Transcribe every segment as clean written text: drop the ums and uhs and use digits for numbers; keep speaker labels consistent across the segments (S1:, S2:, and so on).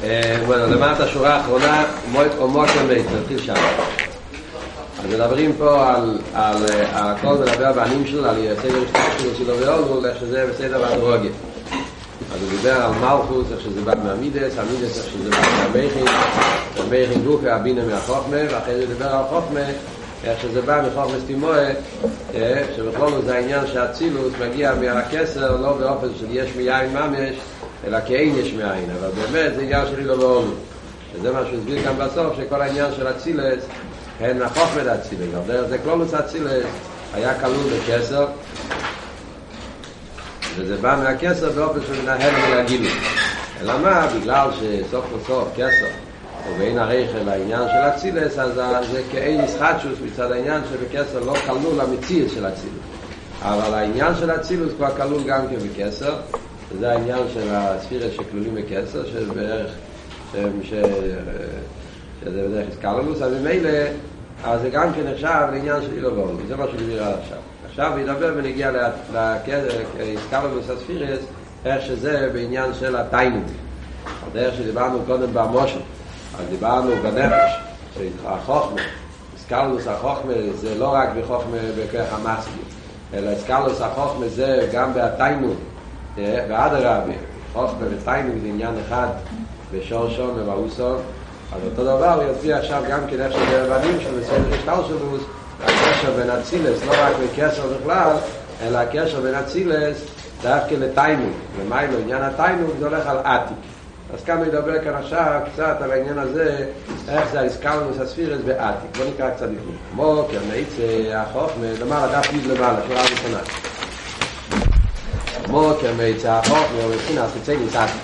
S1: bueno, למטה שורה האחרונה, מויק ומייט, נתחיל שם. אז מדברים פה על הכל מדבר בענים שלו, על סדר השתתפות שלו ואולו, איך שזה בסדר והדרוגיה. אז הוא דיבר על מלכוס, איך שזה בא מהמידס, המידס איך שזה בא מהמכין, המכין גוף והבינה מהחוכמה, ואחרי זה דיבר על חוכמה, איך שזה בא מחוכמה סתימואה, שבכלול זה העניין שהצילוס מגיע מהכסר, לא באופן של יש מיין ממש, אלא כאין יש מאין, אבל באמת זה עניין שלי לא באולו. וזה מה שהוא הסביר גם בסוף, שכל העניין של הצילס, הן החוכמה להצילס, אבל זה כלולוס הצילס, היה כלול בכסר, וזה בא מהכסר באופן של מנהל ולהגילו. אלא מה? בגלל שסוף לסוף כסר, ובין הרייכל העניין של הצילס, אז זה כאין ישחטשוס מצד העניין שבכסר לא כלול המציאות של הצילוס. אבל העניין של הצילוס כבר כלול גם כן בכסר, וזה העניין של הספירה שכלולים בכסר, שבערך, שזה בדרך הסקללוס, אז ממילא, אז זה גם כן נחשב לעניין של אילו ואולו. זה מה שדיבר עד עכשיו. עכשיו ידבר ונגיע להסקללוס הספירס, איך שזה בעניין של התיינוג. הדרך שדיברנו קודם במושל, אז דיברנו בנפש, שהחוכמה, הסקללוס החוכמה זה לא רק בחוכמה בכך המסגי, אלא הסקללוס החוכמה זה גם בהתיינוג, ועד הרבי, חוכמה ותיינוג זה עניין אחד בשורשון ובאוסון. אז אותו דבר הוא יסביר עכשיו גם כן איך שבאבנים של בסדר השתלשלוס, הקשר בין הצילס, לא רק בקשר בכלל, אלא הקשר בין הצילס דווקא לתיינוג. ומיילו עניין התיינוג זה הולך על עתיק. אז כאן נדבר כאן עכשיו קצת על העניין הזה, איך זה הסקללוס הספירס בעתיק. בוא נקרא קצת לפני. מוקר, מאיצה, החוכמה, למעלה, דף י' למעלה, שורה ראשונה. מוקר, מאיצה, החוכמה, ובבחינת חיצייניס עתיק.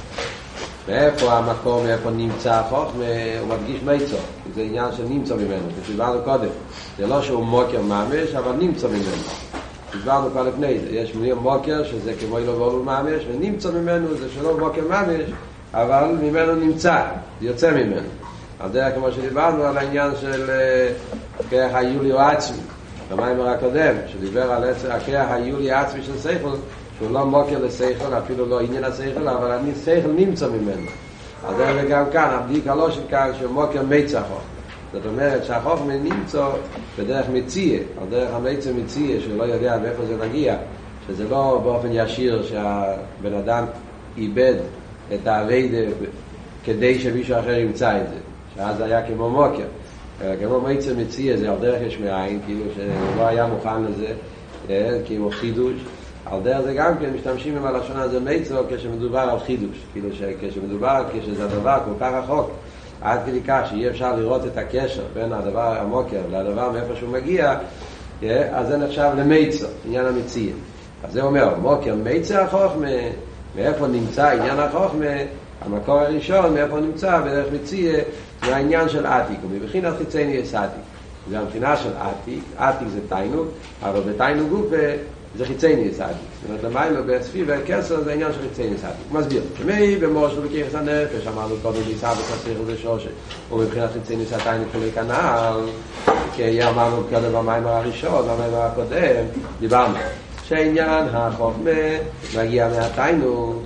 S1: ואיפה המקום, איפה נמצא החוכמה, הוא מדגיש מיצו. זה עניין של נמצא ממנו, כשדיברנו קודם. זה לא שהוא מוקר ממש, אבל נמצא ממנו. דיברנו כבר לפני זה. יש מוקר שזה כמו אילו ואולו ממש, ונמצא ממנו זה שלא מוקר ממש, אבל ממנו נמצא, זה יוצא ממנו. על דרך כמו שדיברנו על העניין של הכיח היולי או עצמי, במאמר הקודם, שדיבר על הכיח היולי העצמי של שכל, שהוא לא מוקר לשכל, אפילו לא עניין השכל, אבל אני שכל נמצא ממנו. על דרך וגם כאן, הבדיקה לא של כאן, שמוקר מיצה חוכמה. זאת אומרת שהחוכמה נמצא בדרך מציאה, על דרך המיצה מציאה, שהוא לא יודע מאיפה זה מגיע, שזה לא באופן ישיר שהבן אדם איבד את העבודה כדי שמישהו אחר ימצא את זה, שאז היה כמו מוקר. כמו מיצה מציאה זה על דרך יש מאין, כאילו שלא היה מוכן לזה, כמו חידוש. על דרך זה גם כן משתמשים עם הלשון הזה מיצה כשמדובר על חידוש, כאילו כשמדובר, כשזה הדבר כל כך רחוק, עד כדי כך שיהיה אפשר לראות את הקשר בין הדבר המוקר לדבר מאיפה שהוא מגיע, אז זה נחשב למיצה, עניין המציאה. אז זה אומר, מוקר מיצה החוכמה, מאיפה נמצא עניין החוכמה, המקור הראשון, מאיפה נמצא בדרך מציאה, זה העניין של עתיק, ומבחינת חיצייניס עתיק. זה המבחינה של עתיק, עתיק זה תיינוג, אבל בתיינוג גוף זה חיצייניס עתיק. זאת אומרת, למיילו בספירה והקסר זה העניין של חיצייניס עתיק. מסביר, שמי במושל בכיחס הנפש, אמרנו קודם ניסה וחסיר ושושת, ומבחינת חיצייניס התיינוג כולי כנעל, כי אמרנו קודם במאמר הראשון, במאמר הקודם, דיברנו, שהעניין החוכמה מגיע מהתיינוג,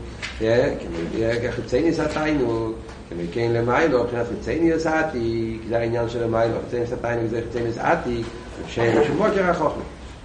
S1: חיצייניס התיינוג, כמכן למיילו, מבחינת חיצייניס עתיק, זה העניין של למיילו, חיצייניס התיינוג זה חיצייניס עתיק, שמוקר החוכמה.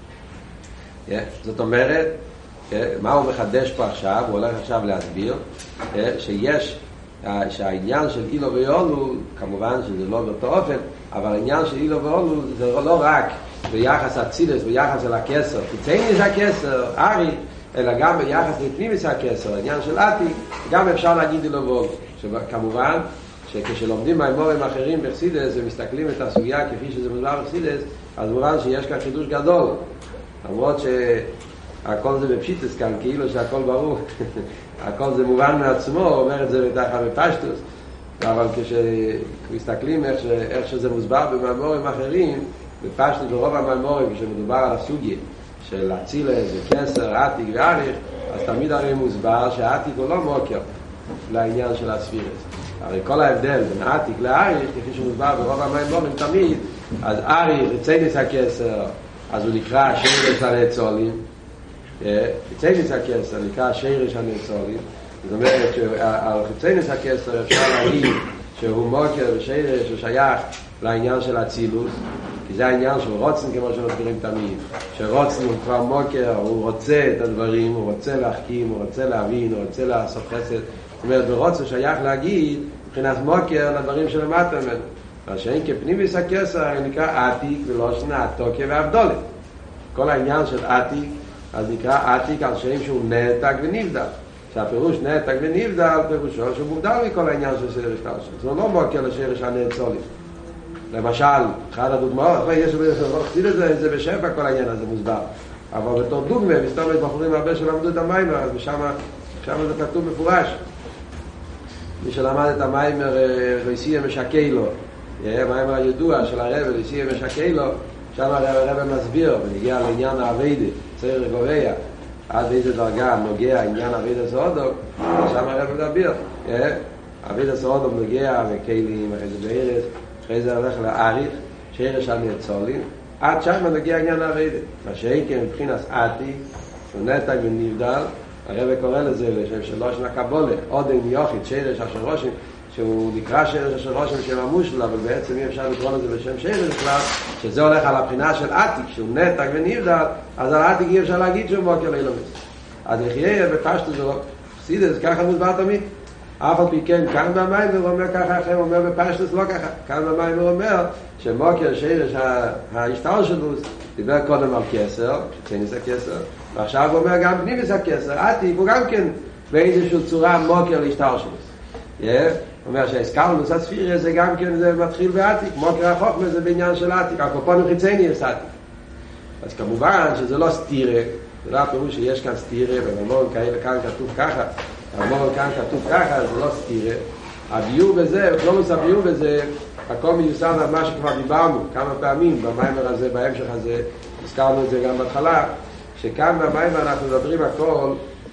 S1: זאת אומרת, מה הוא מחדש פה עכשיו? הוא הולך עכשיו להסביר שיש, שהעניין של אילו ואולו, כמובן שזה לא באותו אופן, אבל העניין של אילו ואולו זה לא רק ביחס הצילס, ביחס אל הכסר, חיצייניס הכסר, ארי, אלא גם ביחס לפנימיס הכסר, העניין של עתיק, גם אפשר להגיד אילו ואולו. כמובן שכשלומדים מהאמורים אחרים בחסידס ומסתכלים את הסוגיה כפי שזה מוסבר בחסידס, אז מובן שיש כאן חידוש גדול. למרות שהכל זה בפשיטס כאן, כאילו שהכל ברור, הכל זה מובן מעצמו, אומר את זה בטח בפשטוס, אבל כשמסתכלים איך שזה מוסבר במאמרים אחרים, בפשטוס ברוב המאמרים, כשמדובר על הסוגיה של הצילס וכסר, עתיק ועריך, אז תמיד הרי מוסבר שהעתיק הוא לא מוקר לעניין של הספירס. הרי כל ההבדל בין עתיק לעריך, כפי שמוסבר ברוב המאמרים תמיד, אז עריך, חיצייניס הכסר, אז הוא נקרא שירש הנצולים, חיצייניס הכסר נקרא שירש הנצולים, זאת אומרת שעל חיצוניות הכסר אפשר להגיד שהוא מוקר ושרש ששייך לעניין של הצילוס, כי זה העניין של רוצן, כמו שמסבירים תמיד, שרוצן הוא כבר מוקר, הוא רוצה את הדברים, הוא רוצה להחכים, הוא רוצה להבין, הוא רוצה לעשות חסד. זאת אומרת, ברוצן שייך להגיד מבחינת מוקר לדברים שלמטה ממנו. מה שאין כפנימיס הכסר נקרא עתיק ולושן עתוקיה והבדולת. כל העניין של עתיק אז נקרא עתיק על שם שהוא נעתק ונבדל, שהפירוש נעתק ונבדל פירושו שהוא מובדל מכל העניין של שרש תלשן. זה לא מוקר לשרש הנאצולים. למשל, אחד הדוגמאות, יש זה בשפע כל העניין הזה מוסבר, אבל בתור דוגמה, מסתום יש בחורים הרבה שלמדו את המיימר, אז שם זה כתוב מפורש. מי שלמד את המיימר ריסיה משקלו, המיימר הידוע של הרב ריסיה משקלו, שם הרב מסביר ונגיע לעניין העבדה, צעיר גובע, עד איזה דרגה נוגע עניין עבדה סעודו, שם הרב מדבר, עבדה סעודו נוגע וכלים, אחרי זה בארץ, אחרי זה הולך להאריך שרש הנאצולים, עד שם נגיע עניין העבדה. מה שאין מבחינת עתיק, שהוא נתק ונבדל, הרב קורא לזה לשם שלוש נקבולה, עודן יוחיד, שרש אשר רושם, שהוא נקרא שרש אשר רושם שם המושל, אבל בעצם אי אפשר לקרוא לזה בשם שרש בכלל, שזה הולך על הבחינה של עתיק, שהוא נתק ונבדל, אז על עתיק אי אפשר להגיד שהוא מוקר לאילומס. אז יחיה בפשטות זה לא, חסידס, ככה מוסבר תמיד. אף על פי כן, כאן במים הוא אומר ככה אחר, הוא אומר בפשטוס לא ככה. כאן במים הוא אומר שמוקר שרש ההשתל שלו דיבר קודם על כסר, שכניס הכסר, ועכשיו הוא אומר גם פנימיס הכסר, עתיק הוא גם כן באיזושהי צורה מוקר להשתל שלו. הוא אומר שהסקלנוס הספירה זה גם כן, זה מתחיל בעתיק, מוקר החוכמה זה בעניין של עתיק, הקופונים חיצייני יש עתיק. אז כמובן שזה לא סתירה, זה לא הפירוש שיש כאן סתירה, ובמורים כאלה כאן כתוב ככה, המון כאן כתוב ככה, זה לא סתירה. הביור בזה, וכלומוס הביור בזה, הכל מיוסד על מה שכבר דיברנו כמה פעמים במיימר הזה, בהמשך הזה, הזכרנו את זה גם בהתחלה, שכאן במיימר אנחנו מדברים הכל,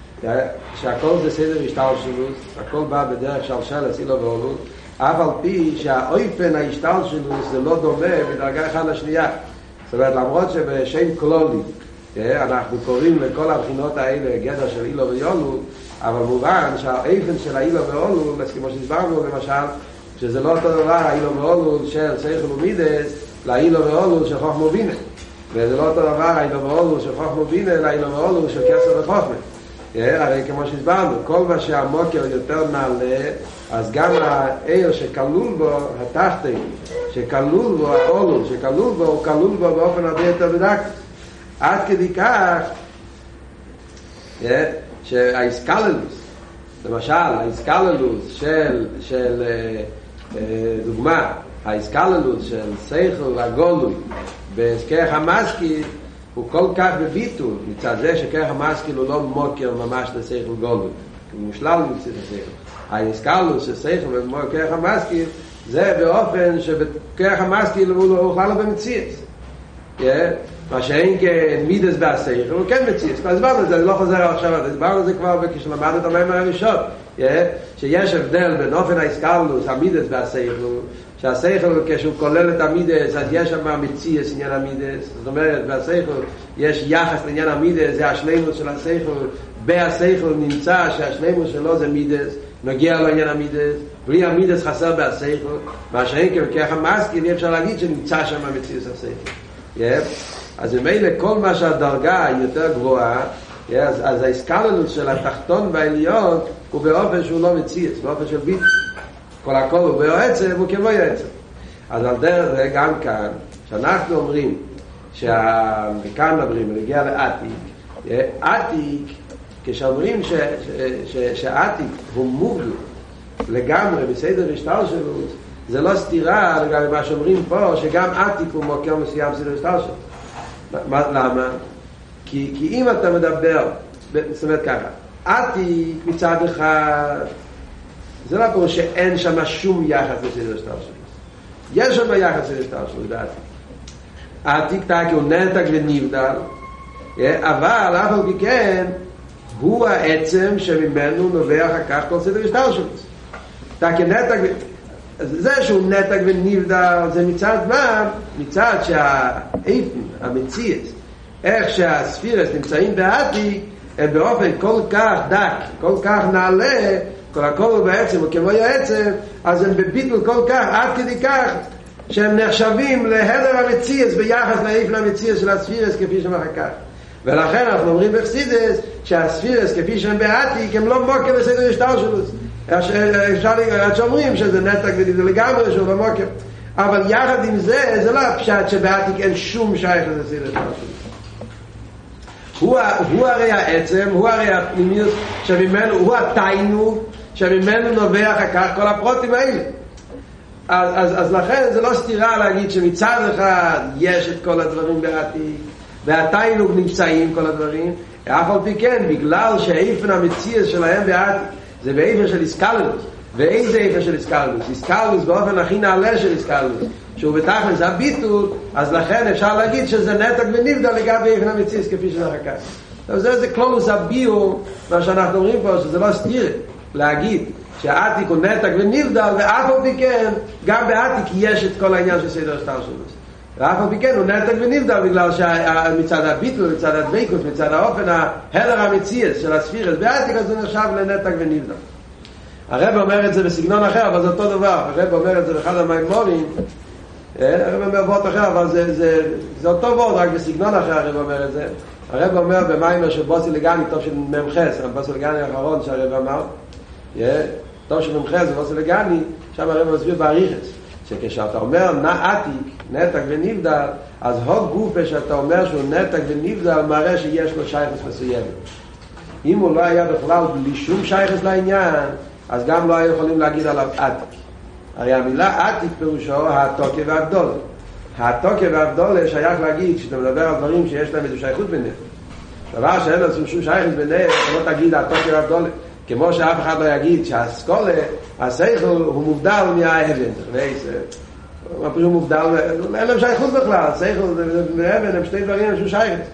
S1: שהכל זה סדר השתלשלות, הכל בא בדרך שלשלת אילו ועולות, אף על פי שהאופן ההשתלשלות זה לא דומה בדרגה אחת לשנייה. זאת אומרת, למרות שבשם כלולי אנחנו קוראים לכל הבחינות האלה גדר של אילו ויולות, אבל מובן שהאופן של האילו ואולו, כמו שהסברנו למשל, שזה לא אותו דבר האילו ואולו של שכל ומידס לאילו ואולו של חוכמה ובינה, וזה לא אותו דבר האילו ואולו של חוכמה ובינה לאילו ואולו של כסר וחוכמה. הרי כמו שהסברנו, כל מה שהמוקר יותר נעלה, אז גם העיר שכלול בו, התחתי, שכלול בו האולו, שכלול בו, הוא כלול בו באופן הרבה יותר בדק. עד כדי כך שהאיסקללוס, למשל האיסקללוס של דוגמה, האיסקללוס של שכל הגולוי בכרך המשכיל הוא כל כך בביטול מצד זה שכרך המשכיל הוא לא מוקר ממש לשכל גולוי, הוא מושלל מצד השכל. האיסקללוס של שכל וכרך המשכיל זה באופן שבכרך המשכיל הוא בכלל לא במציאות, מה שאין כמידס בהשכל הוא כן מציץ. כבר הסברנו את זה, אני לא חוזר עכשיו, הסברנו את זה כבר כשלמדנו את המיימר הראשון, שיש הבדל בין אופן ההסקלוס, המידס בהשכל, שהשכל כשהוא כולל את המידס אז יש שם מציץ עניין המידס. זאת אומרת, בהשכל יש יחס לעניין המידס, זה השלימות של השכל, בהשכל נמצא שהשלימות שלו זה מידס, נגיע לעניין המידס, בלי המידס חסר בהשכל, מה שאין כבכך המשכיל אפשר להגיד שנמצא שם מציץ השכל. אז ממילא כל מה שהדרגה היא יותר גבוהה, אז ההסקלנות של התחתון והעליון הוא באופן שהוא לא מציץ, באופן של ביט, כל הכל הוא בעצם הוא כמו יצם. אז על דרך זה גם כאן שאנחנו אומרים וכאן מדברים ונגיע לעתיק, עתיק כשאומרים שעתיק הוא מוגל לגמרי בסדר השתלשלות, זה לא סתירה לגבי מה שאומרים פה שגם עתיק הוא מוקר מסוים בסדר השתלשלות. למה? כי אם אתה מדבר, זאת אומרת ככה, עתיק מצד אחד, זה לא פירוש שאין שם שום יחס לסדר השתלשלות. יש שם יחס לסדר השתלשלות בעתיק. עתיק תקי הוא נתק ונבדל, אבל אף על פי כן הוא העצם שממנו נובע אחר כך כל סדר השתלשלות. תקי נתק זה שהוא נתק ונבדל, זה מצד מה? מצד שהאיפן, המציאות, איך שהספירס נמצאים בעתיק, הם באופן כל כך דק, כל כך נעלה, כל הכל בעצם, וכמו העצם, אז הם בביטול כל כך, עד כדי כך, שהם נחשבים להדר המציאס ביחס לאיפן המציאס של הספירס כפי שמחר כך. ולכן אנחנו אומרים בחסידס שהספירס כפי שהם בעתיק הם לא מוקר בסדר השטר שלו. אפשר שאומרים שזה נתק וזה לגמרי שהוא לא מוקר. אבל יחד עם זה, זה לא הפשט שבעתיק אין שום שייך לסדר השטר שלו. הוא הרי העצם, הוא הרי הפנימיות שממנו, הוא התיינוג שממנו נובע אחר כך כל הפרוטים האלה. אז לכן זה לא סתירה להגיד שמצד אחד יש את כל הדברים בעתיק והתיינוג נמצאים כל הדברים, אף על פי כן בגלל שהאיפן המציאס שלהם בעתיק זה באיפן של איסקלוס. ואיזה איפן של איסקלוס? איסקלוס באופן הכי נעלה של איסקלוס שהוא בתכלס הביטול, אז לכן אפשר להגיד שזה נתק ונבדל לגבי איפן המציאס כפי שזה אחר כך. זה קלולוס הביו, מה שאנחנו אומרים פה, שזה לא סתירה להגיד שהעתיק הוא נתק ונבדל, ואף על פי כן גם בעתיק יש את כל העניין של סדר השטר שלו, ואף על פי כן הוא נתק ונבדל בגלל שמצד הביטול, מצד הדבקות, מצד האופן ההדר המציאס של הספירס בעתיק, אז הוא נחשב לנתק ונבדל. הרב אומר את זה בסגנון אחר, אבל זה אותו דבר. הרב אומר את זה באחד המימורים, הרב אומר וורט אחר, אבל זה אותו וורט, רק בסגנון אחר הרב אומר את זה. הרב אומר במיימר של בוסי לגני, טוב של ממחס, בוסי לגני האחרון שהרב אמר, טוב של ממחס ובוסי לגני, שם הרב מסביר בעריכס, שכשאתה אומר עתיק, נתק ונבדל, אז הוד גופה שאתה אומר שהוא נתק ונבדל, מראה שיש לו שייכס מסוימת. אם הוא לא היה בכלל בלי שום שייכס לעניין, אז גם לא היו יכולים להגיד עליו עתיק. הרי המילה עתיק פירושו התוקף והבדולה. התוקף והבדולה שייך להגיד, כשאתה מדבר על דברים שיש להם איזו שייכות ביניהם. דבר שאין לו שום שייכות ביניהם, אתה לא תגיד התוקף והבדולה. כמו שאף אחד לא יגיד שהאסכולה, השכל הוא מובדל מהאבן. מה פירוש מובדל? אין להם שייכות בכלל. השכל והאבן הם שני דברים, הם שום שייכות.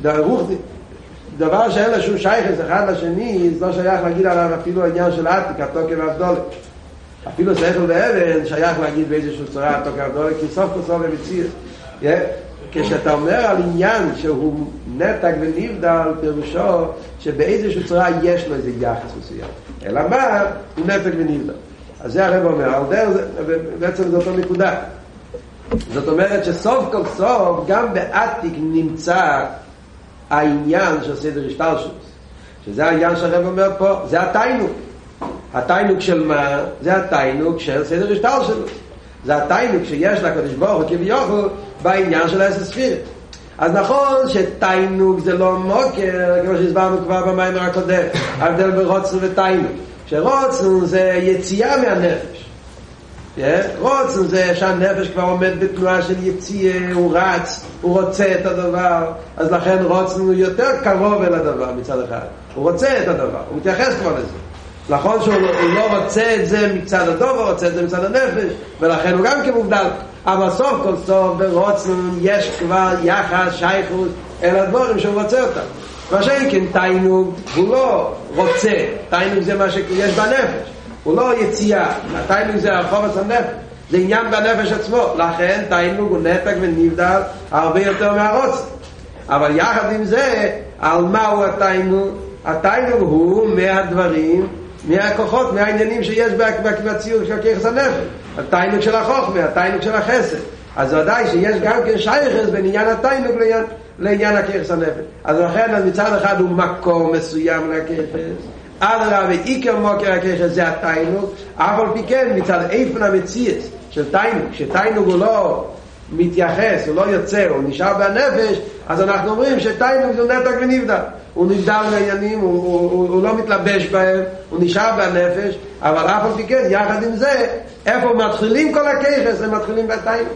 S1: דבר שאין לה שום שייכות אחד לשני, זה לא שייך להגיד עליו אפילו העניין של עתיק, התוקף והבדולה. אפילו שכל ואבן שייך להגיד באיזשהו צורה התוקף והבדולה, כי סוף כל סוף המציאות. כשאתה אומר על עניין שהוא נתק ונבדל, פירושו שבאיזשהו צורה יש לו איזה יחס מסוים. אלא מה? הוא נתק ונבדל. אז זה הרב אומר, על דרך זה, בעצם זה אותו נקודה. זאת אומרת שסוף כל סוף, גם בעתיק נמצא העניין של סדר השטלשלות, שזה העניין שהרב אומר פה, זה התיינוג. התיינוג של מה? זה התיינוג של סדר השטלשלות. זה התיינוג שיש לקדוש ברוך הוא כביכול בעניין של העשר ספירות. אז נכון שתיינוג זה לא מוקר, כמו שהסברנו כבר במיימר הקודם, ההבדל ברוצנו ותיינוג. שרוצנו זה יציאה מהנפש. רוצנו זה שהנפש כבר עומד בתנועה של יציאה, הוא רץ, הוא רוצה את הדבר, אז לכן רוצנו יותר קרוב אל הדבר מצד אחד. הוא רוצה את הדבר, הוא מתייחס כבר לזה. נכון שהוא לא רוצה את זה מצד הדבר, הוא רוצה את זה מצד הנפש, ולכן הוא גם כמובדל. אבל סוף כל סוף ברוצנו יש כבר יחס, שייכות אל הדברים שהוא רוצה אותם. מה שאין תיינוג הוא לא רוצה, תיינוג זה מה שיש בנפש, הוא לא יציאה, התיינוג זה החובץ הנפש, זה עניין בנפש עצמו, לכן תיינוג הוא נתק ונבדל הרבה יותר מהרוץ. אבל יחד עם זה, על מה הוא התיינוג? התיינוג הוא מהדברים, מהכוחות, מהעניינים שיש בציור של כיחס הנפש, התיינוג של החוכמה, התיינוג של החסד. אז ודאי שיש גם כן שייכס בין עניין התיינוג לעניין הכיחס הנפש. אז לכן מצד אחד הוא מקום מסוים לכיחס, אדרבה ועיקר מוקר הכיחס זה התיינוג, אבל פי כן מצד איפן המציאות של תיינוג, שתיינוג הוא לא מתייחס, הוא לא יוצא, הוא נשאר בנפש, אז אנחנו אומרים שתיינוג זה נתק ונבדל. הוא נבדל לעניינים, הוא לא מתלבש בהם, הוא נשאר בנפש, אבל אף על פי כן, יחד עם זה, איפה מתחילים כל הכיחס, הם מתחילים בתיינוג.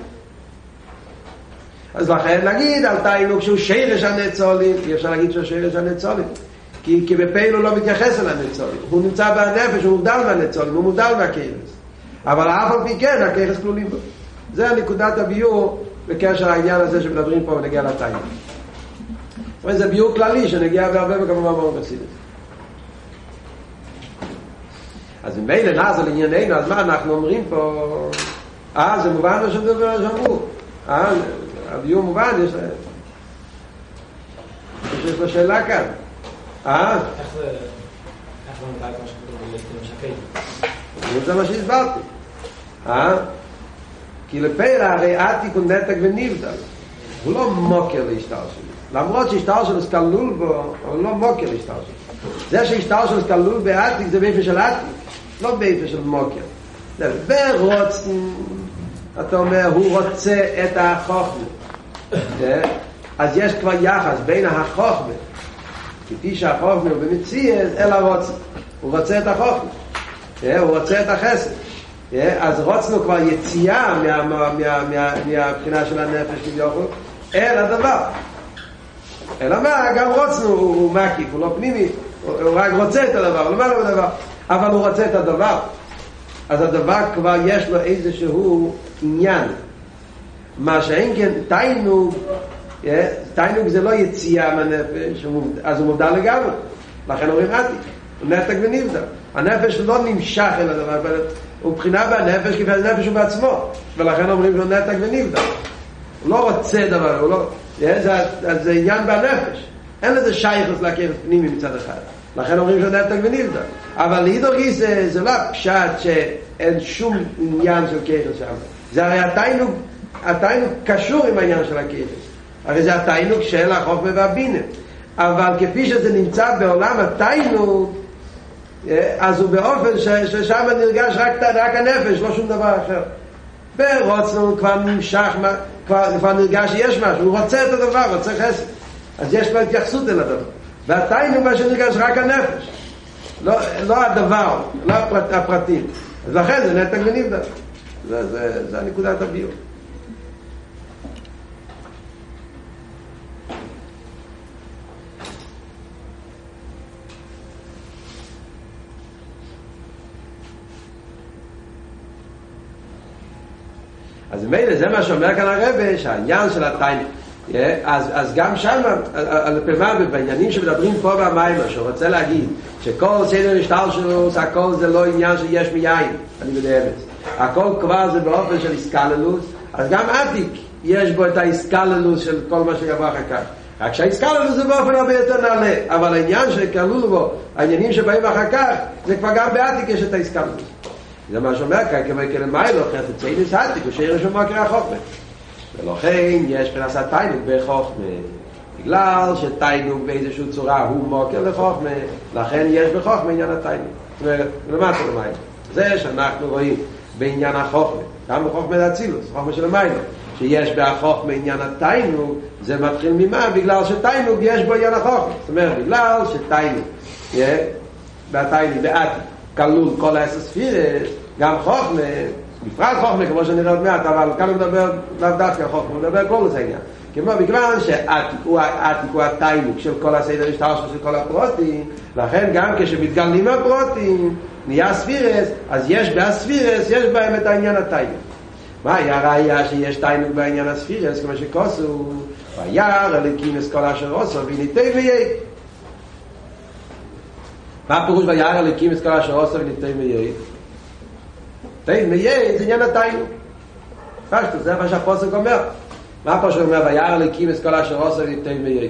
S1: אז לכן נגיד על תיינוג שהוא שרש הנצולים, אי אפשר להגיד שהוא שרש הנצולים, כי בפעיל הוא לא מתייחס אל הנצולים, הוא נמצא בנפש, הוא מובדל מהנצולים, הוא מובדל מהכיחס, אבל אף על פי כן, הכיחס כלולים בו. זה נקודת הביור בקשר לעניין הזה שמדברים פה ונגיע לתיינוג. זה ביור כללי שנגיע בהרבה וכמובן מאוד חסידות. אז אם מילא נעזור לענייננו, אז מה אנחנו אומרים פה? זה מובן מה שדבר שאמרו. הביור מובן, יש לו שאלה כאן. זה מה שהסברתי. כי לפעילה הרי עתיק הוא נתק ונבדל, הוא לא מוקר להשתל שלו, למרות שהשתל שלו סקלול בו, אבל הוא לא מוקר להשתל שלו. זה שהשתל שלו סקלול בעתיק זה באיפה של עתיק, לא באיפה של מוקר. זה ברוצן, אתה אומר, הוא רוצה את החוכמה, אז יש כבר יחס בין החוכמה, כפי שהחוכמה הוא במציאות אל הרוצן. הוא רוצה את החוכמה, הוא רוצה את החסד, אז רוצנו כבר יציאה מהבחינה של הנפש כביכול אל הדבר. אלא מה, גם רוצנו הוא מקיף, הוא לא פנימי, הוא רק רוצה את הדבר, הוא לא מה לדבר, אבל הוא רוצה את הדבר. אז הדבר כבר יש לו איזשהו עניין, מה שאין כן תיינוג זה לא יציאה מהנפש, אז הוא מובדל לגמרי, לכן אומרים עתיק, הוא נתק ונבדל. הנפש לא נמשך אל הדבר, הוא בחינה בנפש כפי הנפש הוא בעצמו, ולכן אומרים שהוא נתק ונבדל. הוא לא רוצה דבר, הוא לא, זה עניין בנפש, אין לזה שייכות להכיר פנימי מצד אחד, לכן אומרים שהוא נתק ונבדל. אבל להידור גיסא זה לא פשט שאין שום עניין של כיחס שם, זה הרי התיינוג קשור עם העניין של הכיחס, הרי זה התיינוג של החוכמה והבינה, אבל כפי שזה נמצא בעולם התיינוג, אז הוא באופן ששם נרגש רק הנפש, לא שום דבר אחר. ברוצנו כבר נמשך, כבר נרגש שיש משהו, הוא רוצה את הדבר, רוצה חסד, אז יש לו התייחסות אל הדבר, והתיינוג מה שנרגש רק הנפש, לא הדבר, לא הפרטים. אז לכן זה נתק ונבדל, זה נקודת הביור. אז מילא זה מה שאומר כאן הרב, שהעניין של התיינוג, אז גם שם בעניינים שמדברים פה במים, שהוא רוצה להגיד שכל סדר השטל שלו, הכל זה לא עניין שיש מיין, אני בדאמת, הכל כבר זה באופן של הסקללוס, אז גם עתיק יש בו את ההסקללוס של כל מה שיבוא אחר כך, רק שההסקללוס זה באופן הרבה יותר נעלה, אבל העניין שכלול בו, העניינים שבאים אחר כך, זה כבר גם בעתיק יש את ההסקללוס. זה מה שאומר כאן, כמו כלמיילו, חסד ציינס עתיק, ושאיר שום מקרה החוכמה. ולכן יש פרנסת תיינוג בחוכמה, בגלל שתיינוג באיזושהי צורה הוא מוקר לחוכמה, לכן יש בחוכמה עניין התיינוג. זאת אומרת, למטה למיילו. זה שאנחנו רואים בעניין החוכמה, גם בחוכמה להצילוס, חוכמה של המיילו, שיש בחוכמה עניין התיינוג, זה מתחיל ממה? בגלל שתיינוג יש בו עניין החוכמה. זאת אומרת, בגלל שתיינוג, בתיינוג, בעתיק, כלול כל הספירס, גם חוכמה, בפרט חוכמה כמו שנראה עוד מעט, אבל כאן הוא מדבר לאו דווקא חוכמה, הוא מדבר כל זה העניין. כמו בגלל שעתיק הוא התיינוג של כל הסדר השטר של כל הפרוטים, לכן גם כשמתגלים הפרוטים, נהיה ספירס, אז יש בספירס, יש בהם את העניין התיינוג. מה היה הראיה שיש תיינוג בעניין הספירס, כמו שכוסו, וירא אלוקים את כל אשר עשו, וניתי ויהי. מה הפירוש וירא אלוקים את כל אשר עשו וניתי ויהי? ניתי ויהי זה עניין התיינוג. פשטו, זה מה שהפוסק אומר. מה הפוסק אומר? וירא אלוקים את כל אשר עשו וניתי ויהי.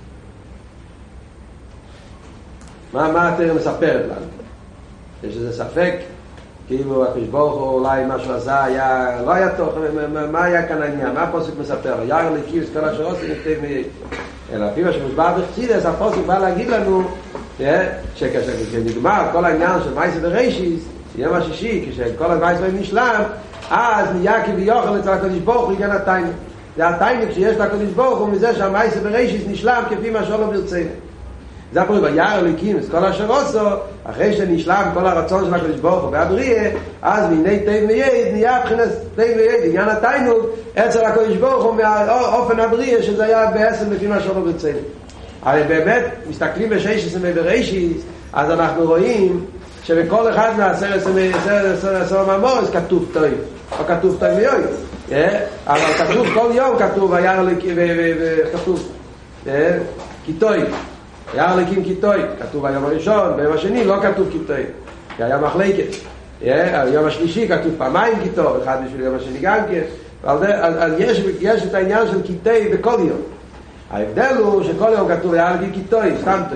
S1: מה התורה מספרת לנו? יש איזה ספק? כאילו הקדוש ברוך הוא אולי משהו עשה, לא היה טוב, מה היה כאן העניין? מה הפוסק מספר? וירא אלוקים את כל אשר עשו וניתי ויהי. אלא לפי מה שמוסבר בחסידות, הפוסק בא להגיד לנו שכשנגמר כל העניין של מעשה בראשית, יום השישי, כשכל המעשה נשלם, אז נהיה כביכול אצל הקדוש ברוך הוא עניין התיינוג. זה התיינוג שיש לקדוש ברוך הוא מזה שהמעשה בראשית נשלם כפי מה שלא ברצנו. זה הפירוש וירא אלוקים את כל אשר עשו, אחרי שנשלם כל הרצון של הקדוש ברוך הוא והבריאה, אז מיני תיב מייד נהיה מבחינת תיב מייד עניין התיינוג אצל הקדוש ברוך הוא מהאופן הבריאה שזה היה בעצם לפי מה שלא ברצנו. אבל באמת מסתכלים בשש בראשית, אז אנחנו רואים שבכל אחד מהעשר מאמורס כתוב טוב, או כתוב טוב ויוי, אבל כתוב כל יום כתוב וירא אלוקים, וכתוב כי טוב, וירא אלוקים כי טוב, כתוב ביום הראשון, ביום השני לא כתוב כי טוב, כי היה מחלקת, ביום השלישי כתוב פעמיים כי טוב, אחד בשביל יום השני גם כן, אז יש את העניין של כי טוב בכל יום. ההבדל הוא שכל יום כתוב וירא אלוקים כי טוב, סתם טוב,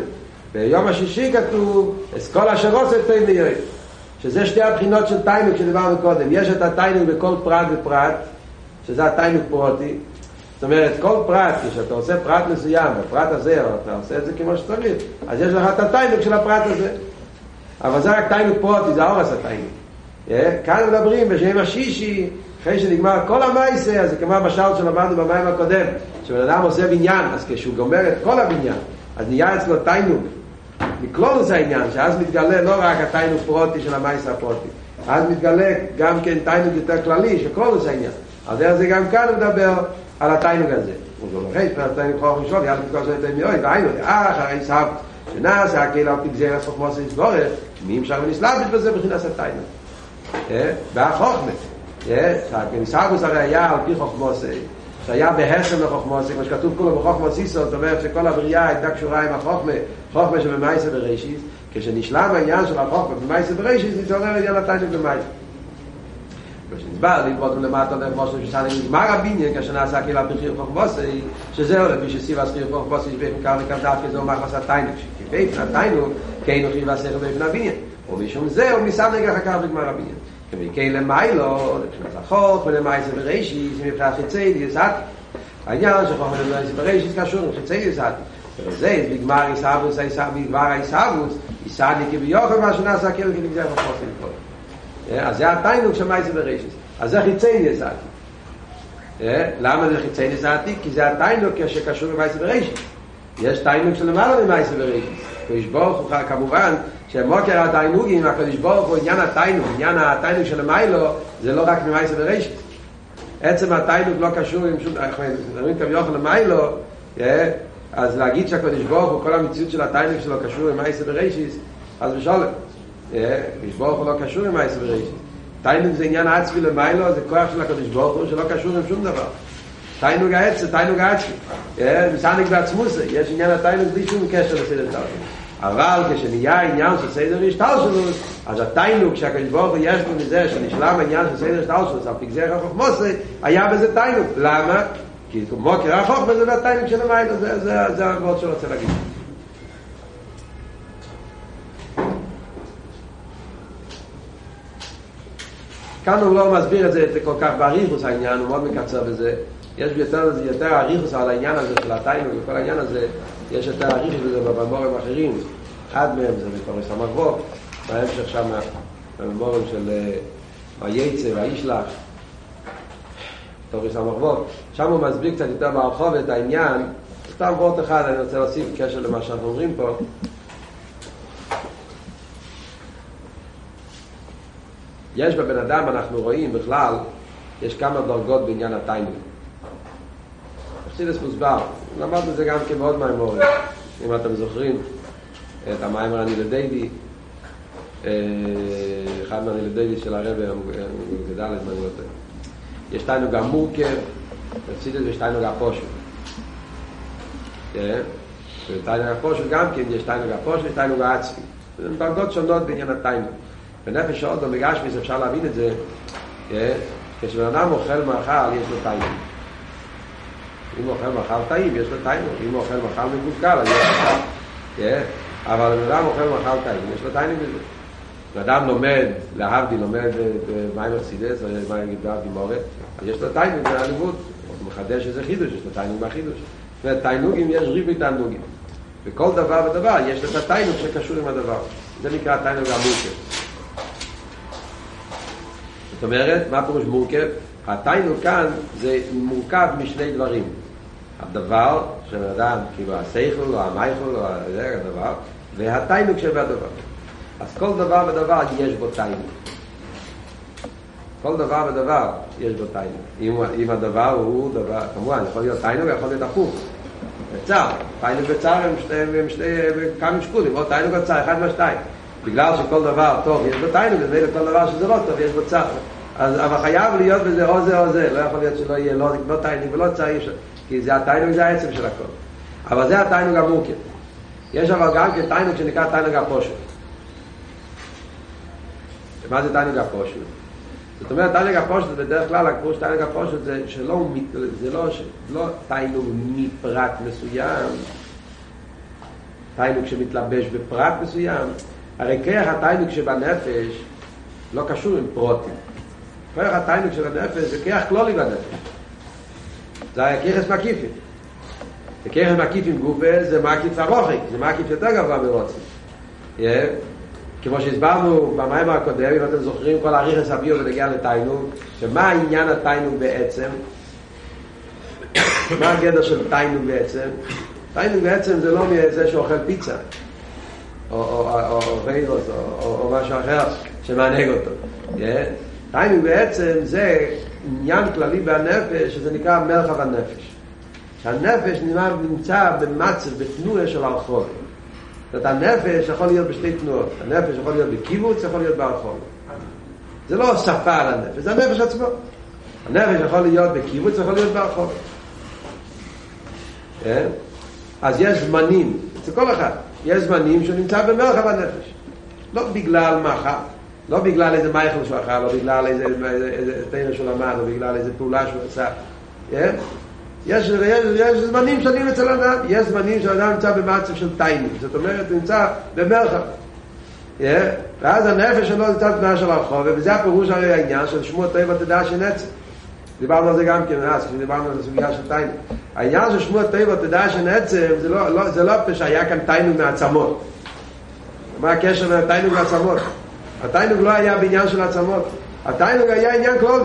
S1: ביום השישי כתוב כל אשר עושה טוב ויועיל, שזה שתי הבחינות של תיינוק שדיברנו קודם. יש את התיינוק בכל פרט ופרט, שזה התיינוק פרוטי. זאת אומרת, כל פרט, כשאתה עושה פרט מסוים, הפרט הזה, או אתה עושה את זה כמו שצריך, אז יש לך את התיינוק של הפרט הזה. אבל זה רק תיינוק פרוטי, זה האורס התיינוק. כאן מדברים בשם השישי, אחרי שנגמר כל המייסה, אז זה כמו המשל שלמדנו במים הקודם, שבן אדם עושה בניין, אז כשהוא גומר את כל הבניין, אז נהיה אצלו תיינוק. מכלולוס העניין, שאז מתגלה לא רק התיינוק פרוטי של המייסה הפרוטי, אז מתגלה גם כן תיינוק יותר כללי, שכלולוס העניין. אז זה גם כאן מדבר על התיינוק הזה. הוא לא מראה, התיינוק חוך משול, יאללה תקוע זה יותר מיועד, והיינו, אחרי סב, שנעשה הקהילה על פי גזירת חוכמוס יסבורך, מי אפשר ונסלבש בזה בכינס התיינוק. והחוכמה, כניסבוס הרי היה על פי חוכמוס, שהיה בהסם לחוכמוס, כמו שכתוב כולו בחוכמוס איסו, זאת אומרת שכל הבריאה הייתה קשורה עם החוכמה, חוכמה שבמייסה בראשיס, כשנשלם העניין של החוכמה במייסה בראשיס, נתעורר עניין התיינוק במייסה. כשנסבר, להתבודם למטה כמו ששנה נגמר הבניין, כאשר נעשה כאילו פרחיר חוכמוסי, שזהו לפי שסיב הסחיר חוכמוסי, שבאפן קר וכדף, כזהו מחס התיינוק, שבאפן התיינוק, כן הוכיב הסחר באפן הבניין, ומשום זה, הוא ניסה נגח הקר וגמר הבניין. כמי למיילו, כשנעשה חוך ולמייסה בראשיס, מבחינת חיצי דיסאתי. העניין שחוך ולמייסה בראשיס קשור עם חיצי דיסאתי. וזה, בגמר איסאבוס, בגמר האיסאבוס, איסאדי כביוכל מה שנעשה כאילו כנגזר חוכמוסי לכל. אז זה התיינוק של מייסה בראשיס. אז זה חיצי דיסאתי. למה זה חיצי דיסאתי? כי זה התיינוק שקשור עם מייסה בראשיס. יש תיינוק של למעלה ממייסה בראשיס. הקדוש ברוך הוא כמובן שמוקר התיינוגים, הקדוש ברוך הוא עניין התיינוק, עניין התיינוק של המיילו, זה לא רק ממייסה בראשיס. עצם התיינוק לא קשור עם שום, אנחנו מדברים כביוכל למיילו, אז להגיד שהקדוש ברוך הוא כל המציאות של התיינוק שלו קשור עם מייסה בראשיס, אז בשולם. הקדוש ברוך הוא לא קשור עם מייסה בראשיס. תיינוק זה עניין עצמי למיילו, זה כוח של הקדוש ברוך הוא שלא קשור עם שום דבר. תיינוק העצמי, תיינוק העצמי. מסענק בעצמוסי, יש עניין התיינוק בלי שום קשר לסדר תלשלות. אבל כשנהיה העניין של סדר השתלשלות, אז התיינוק שהקדוש ברוך הוא יש לו מזה שנשלם העניין של סדר השתלשלות, על פי גזירת חוכמוסי, היה בזה תיינוק. למה? כי מוקר החוכמה זה התיינוק של המיילו, זה העבוד שהוא רוצה להגיד. כאן הוא לא מסביר את זה כל כך באריכוס העניין, הוא מאוד מקצר בזה. יש יותר אריכוס על העניין הזה של התיינוק, וכל העניין הזה יש יותר אריכוס בזה בממורים אחרים. אחד מהם זה בתורס המחבוב, בהמשך שם בממורים של היצא והישלח, תורס המחבוב. שם הוא מסביר קצת יותר בהרחוב את העניין. סתם וורט אחד אני רוצה להוסיף בקשר למה שאנחנו אומרים פה. יש בבן אדם, אנחנו רואים בכלל, יש כמה דרגות בעניין התיינוק. חסידס מוסבר, למדנו את זה גם כמאוד מהמורים. אם אתם זוכרים את המיימר הנילדיידי, אחד מהנילדיידי של הרבי, גדל את מנגלותו. יש תיינוק המורכב, חסידס יש תיינוק הפושט. ותיינוק הפושט גם כן, יש תיינוק הפושט, יש תיינוק העצמי. זה דרגות שונות בעניין התיינוק. בנפש האודו בגשמיס אפשר להבין את זה, כשבן אדם אוכל מאכל יש לו תיינוק. אם אוכל מאכל טעים יש לו תיינוק, אם אוכל מאכל מקולקל יש לו תיינוק. אבל בן אדם אוכל מאכל טעים יש לו תיינוק בזה. בן אדם לומד, להבדיל לומד מים חסידס או מים גיבר גימורת, אז יש לו תיינוק מהלימוד, הוא מחדש איזה חידוש, יש לו תיינוק מהחידוש. ותיינוגים יש ריבי תיינוגים, וכל דבר ודבר יש לו את התיינוק שקשור עם הדבר. זה נקרא תיינוק המורכב. זאת אומרת, מה פירוש מורכב? התיינוק כאן זה מורכב משני דברים. הדבר של האדם, כאילו השכל או המייכל או הדבר, והתיינוק שבדבר. אז כל דבר ודבר יש בו תיינוק. כל דבר ודבר יש בו תיינוק. אם הדבר הוא דבר, כמובן, יכול להיות תיינוק, יכול להיות הפוך. בצער, תיינוק וצער הם שני כמה שקולים, או תיינוק וצער, אחד מהשתיים. בגלל שכל דבר טוב יש בו תיינוק, אז כל דבר שזה לא טוב יש בו צער. אבל חייב להיות בזה או זה או זה, לא יכול להיות שלא יהיה לא תיינוק ולא צער, כי זה התיינוק, זה העצם של הכל. אבל זה התיינוק המורכב. יש אבל גם כתיינוק שנקרא תיינוק הפושט. מה זה תיינוק הפושט? זאת אומרת, תיינוק הפושט, בדרך כלל הפירוש תיינוק הפושט זה לא תיינוק מפרט מסוים, תיינוק שמתלבש בפרט מסוים, הרי כרך התיינוק שבנפש לא קשור עם פרוטים. כרך התיינוק של הנפש זה כרך כלולי בנפש. זה כרך מקיפים. וכרך מקיפים גופה זה מקיף הרוחק, זה מקיף יותר גבוה מרוצים. כמו שהסברנו במים הקודם, אם אתם זוכרים כל הריחס הביור ונגיע לתיינוק, שמה העניין התיינוק בעצם? מה הגדר של תיינוק בעצם? תיינוק בעצם זה לא מזה שאוכל פיצה או ויירוס או משהו אחר שמענג אותו. תיינוק בעצם זה עניין כללי בנפש שזה נקרא מרחב הנפש. שהנפש נמצא במצב, בתנועה של הרחוב. זאת אומרת, הנפש יכול להיות בשתי תנועות. הנפש יכול להיות בקיבוץ, יכול להיות ברחוב. זה לא שפה על הנפש, זה הנפש עצמו. הנפש יכול להיות בקיבוץ, יכול להיות ברחוב. אז יש זמנים, זה כל אחד. יש זמנים שהוא נמצא במרחב הנפש. לא בגלל מחר, לא בגלל איזה מייכל שהוא אחר, לא בגלל איזה תנא שהוא למד, לא בגלל איזה פעולה שהוא עשה. יש זמנים שונים אצל אדם, יש זמנים שאדם נמצא במצב של תיינוק, זאת אומרת, הוא נמצא במרחב. ואז הנפש שלו נמצא בתנועה של הרחוב, וזה הפירוש הרי העניין של שמוע טבע תדע שנצח. דיברנו על זה גם כן, כשדיברנו על הסוגיה של תיינוק. העניין של שמוע טבע תדע שנצח, זה לא שהיה כאן תיינוק מעצמות. מה הקשר בין התיינוק לעצמות? התיינוק לא היה בעניין של עצמות, התיינוק היה עניין כללי.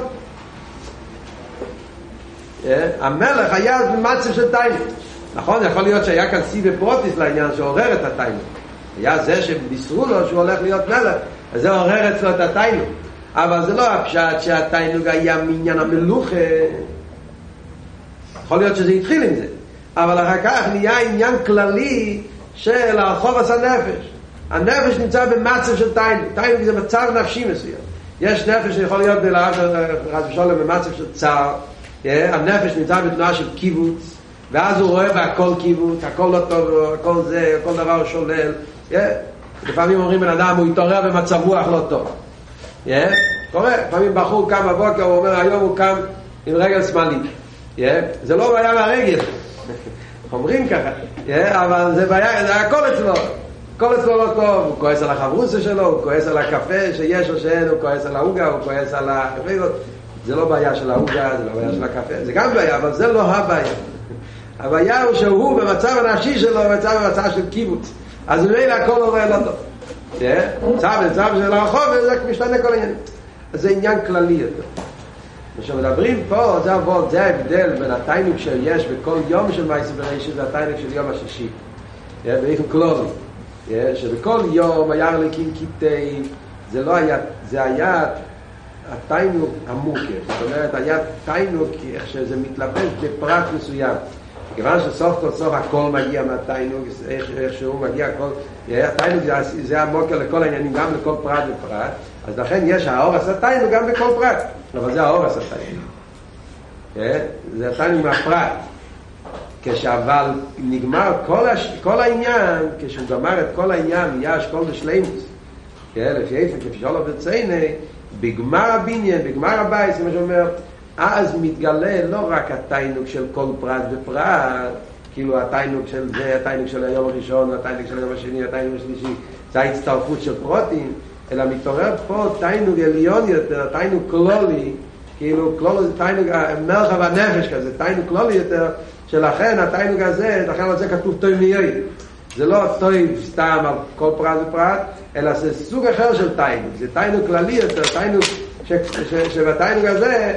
S1: המלך היה במצב של תיינוק. נכון, יכול להיות שהיה כאן סיבה פרוטיס לעניין שעורר את התיינוק. היה זה שבישרו לו שהוא הולך להיות מלך, אז זה עורר אצלו את התיינוק. אבל זה לא הפשט שהתיינוק היה מעניין המלוכה. יכול להיות שזה התחיל עם זה, אבל אחר כך נהיה עניין כללי של הרחוב עשה נפש. הנפש נמצא במצב של תיינוק. תיינוק זה מצב נפשי מסוים. יש נפש שיכול להיות במצב של צער. הנפש נמצא בתנועה של קיבוץ, ואז הוא רואה בהכל קיבוץ, הכל לא טוב, הכל זה, כל דבר הוא שולל. לפעמים אומרים בן אדם, הוא יתעורר במצב רוח לא טוב. קורה, לפעמים בחור קם בבוקר, הוא אומר, היום הוא קם עם רגל שמאלית. זה לא בעיה מהרגל, אומרים ככה, אבל זה בעיה, זה הכל אצלו. הכל אצלו לא טוב, הוא כועס על החברוסה שלו, הוא כועס על הקפה שיש או שאין, הוא כועס על ההוגה, הוא כועס על החברות. זה לא בעיה של ההוגה, זה לא בעיה של הקפה, זה גם בעיה, אבל זה לא הבעיה. הבעיה הוא שהוא במצב הנפשי שלו, במצב של קיבוץ. אז ממילא הכל עובר לא טוב. צו של הרחוב, וזה משתנה כל העניין. אז זה עניין כללי יותר. כשמדברים פה, זה ההבדל בין התיינוק שיש בכל יום של מעשה בראשית, זה התיינוק של יום השישי. באופן כללי. שבכל יום היה רליקים כיתי, זה לא היה, זה היה התיינוק המורכב. זאת אומרת, היה תיינוק איך שזה מתלבש בפרט מסוים. כיוון שסוף כל סוף הכל מגיע מהתיינוק, איך שהוא מגיע הכל, התיינוק זה המוקר לכל העניינים, גם לכל פרט ופרט, אז לכן יש האור עשה תיינוק גם בכל פרט, אבל זה האור עשה תיינוק. זה התיינוק מהפרט. כשאבל נגמר כל העניין, כשהוא גמר את כל העניין, יש כל בשלימוס, לפי איפה, כפי שלא בצייני, בגמר הבניין, בגמר הבית, זה מה שאומר, אז מתגלה לא רק התיינוק של כל פרט ופרט, כאילו התיינוק של זה, התיינוק של היום הראשון, התיינוק של היום השני, התיינוק השלישי, זה ההצטרפות של פרוטים, אלא מתעורר פה תיינוק עליון יותר, תיינוק כלולי, כאילו כלולי זה תיינוק מרחב הנפש כזה, תיינוק כלולי יותר, שלכן התיינוק הזה, לכן על זה כתוב טוב מיועד. זה לא טוב סתם על כל פרט ופרט, אלא זה סוג אחר של תיינוק, זה תיינוק כללי יותר, תיינוק שבתיינוק הזה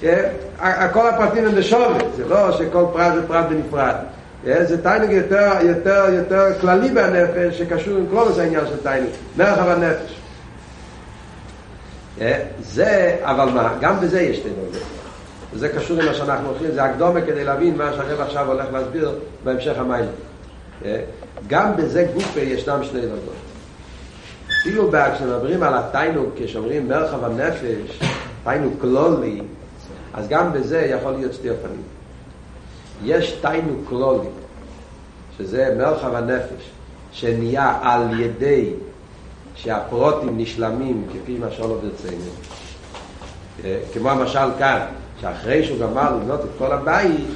S1: כל הפרטים הם בשווה, זה לא שכל פרט ופרט בנפרד, זה תיינוק יותר כללי בנפש שקשור עם כלולוס העניין של תיינוק, מרחב הנפש. זה, אבל מה, גם בזה יש שתי דרגות, וזה קשור עם מה שאנחנו הולכים, זה הקדומה כדי להבין מה שהרב עכשיו הולך להסביר בהמשך המים. גם בזה גופה ישנם שני דרגות. אפילו כשמדברים על התיינוק, כשאומרים מרחב הנפש, תיינוק כלולי, אז גם בזה יכול להיות שתי אופנים. יש תיינוק כלולי, שזה מרחב הנפש, שנהיה על ידי שהפרוטים נשלמים כפי מה שלא ברצינו. כמו המשל כאן, שאחרי שהוא גמר לבנות את כל הבית,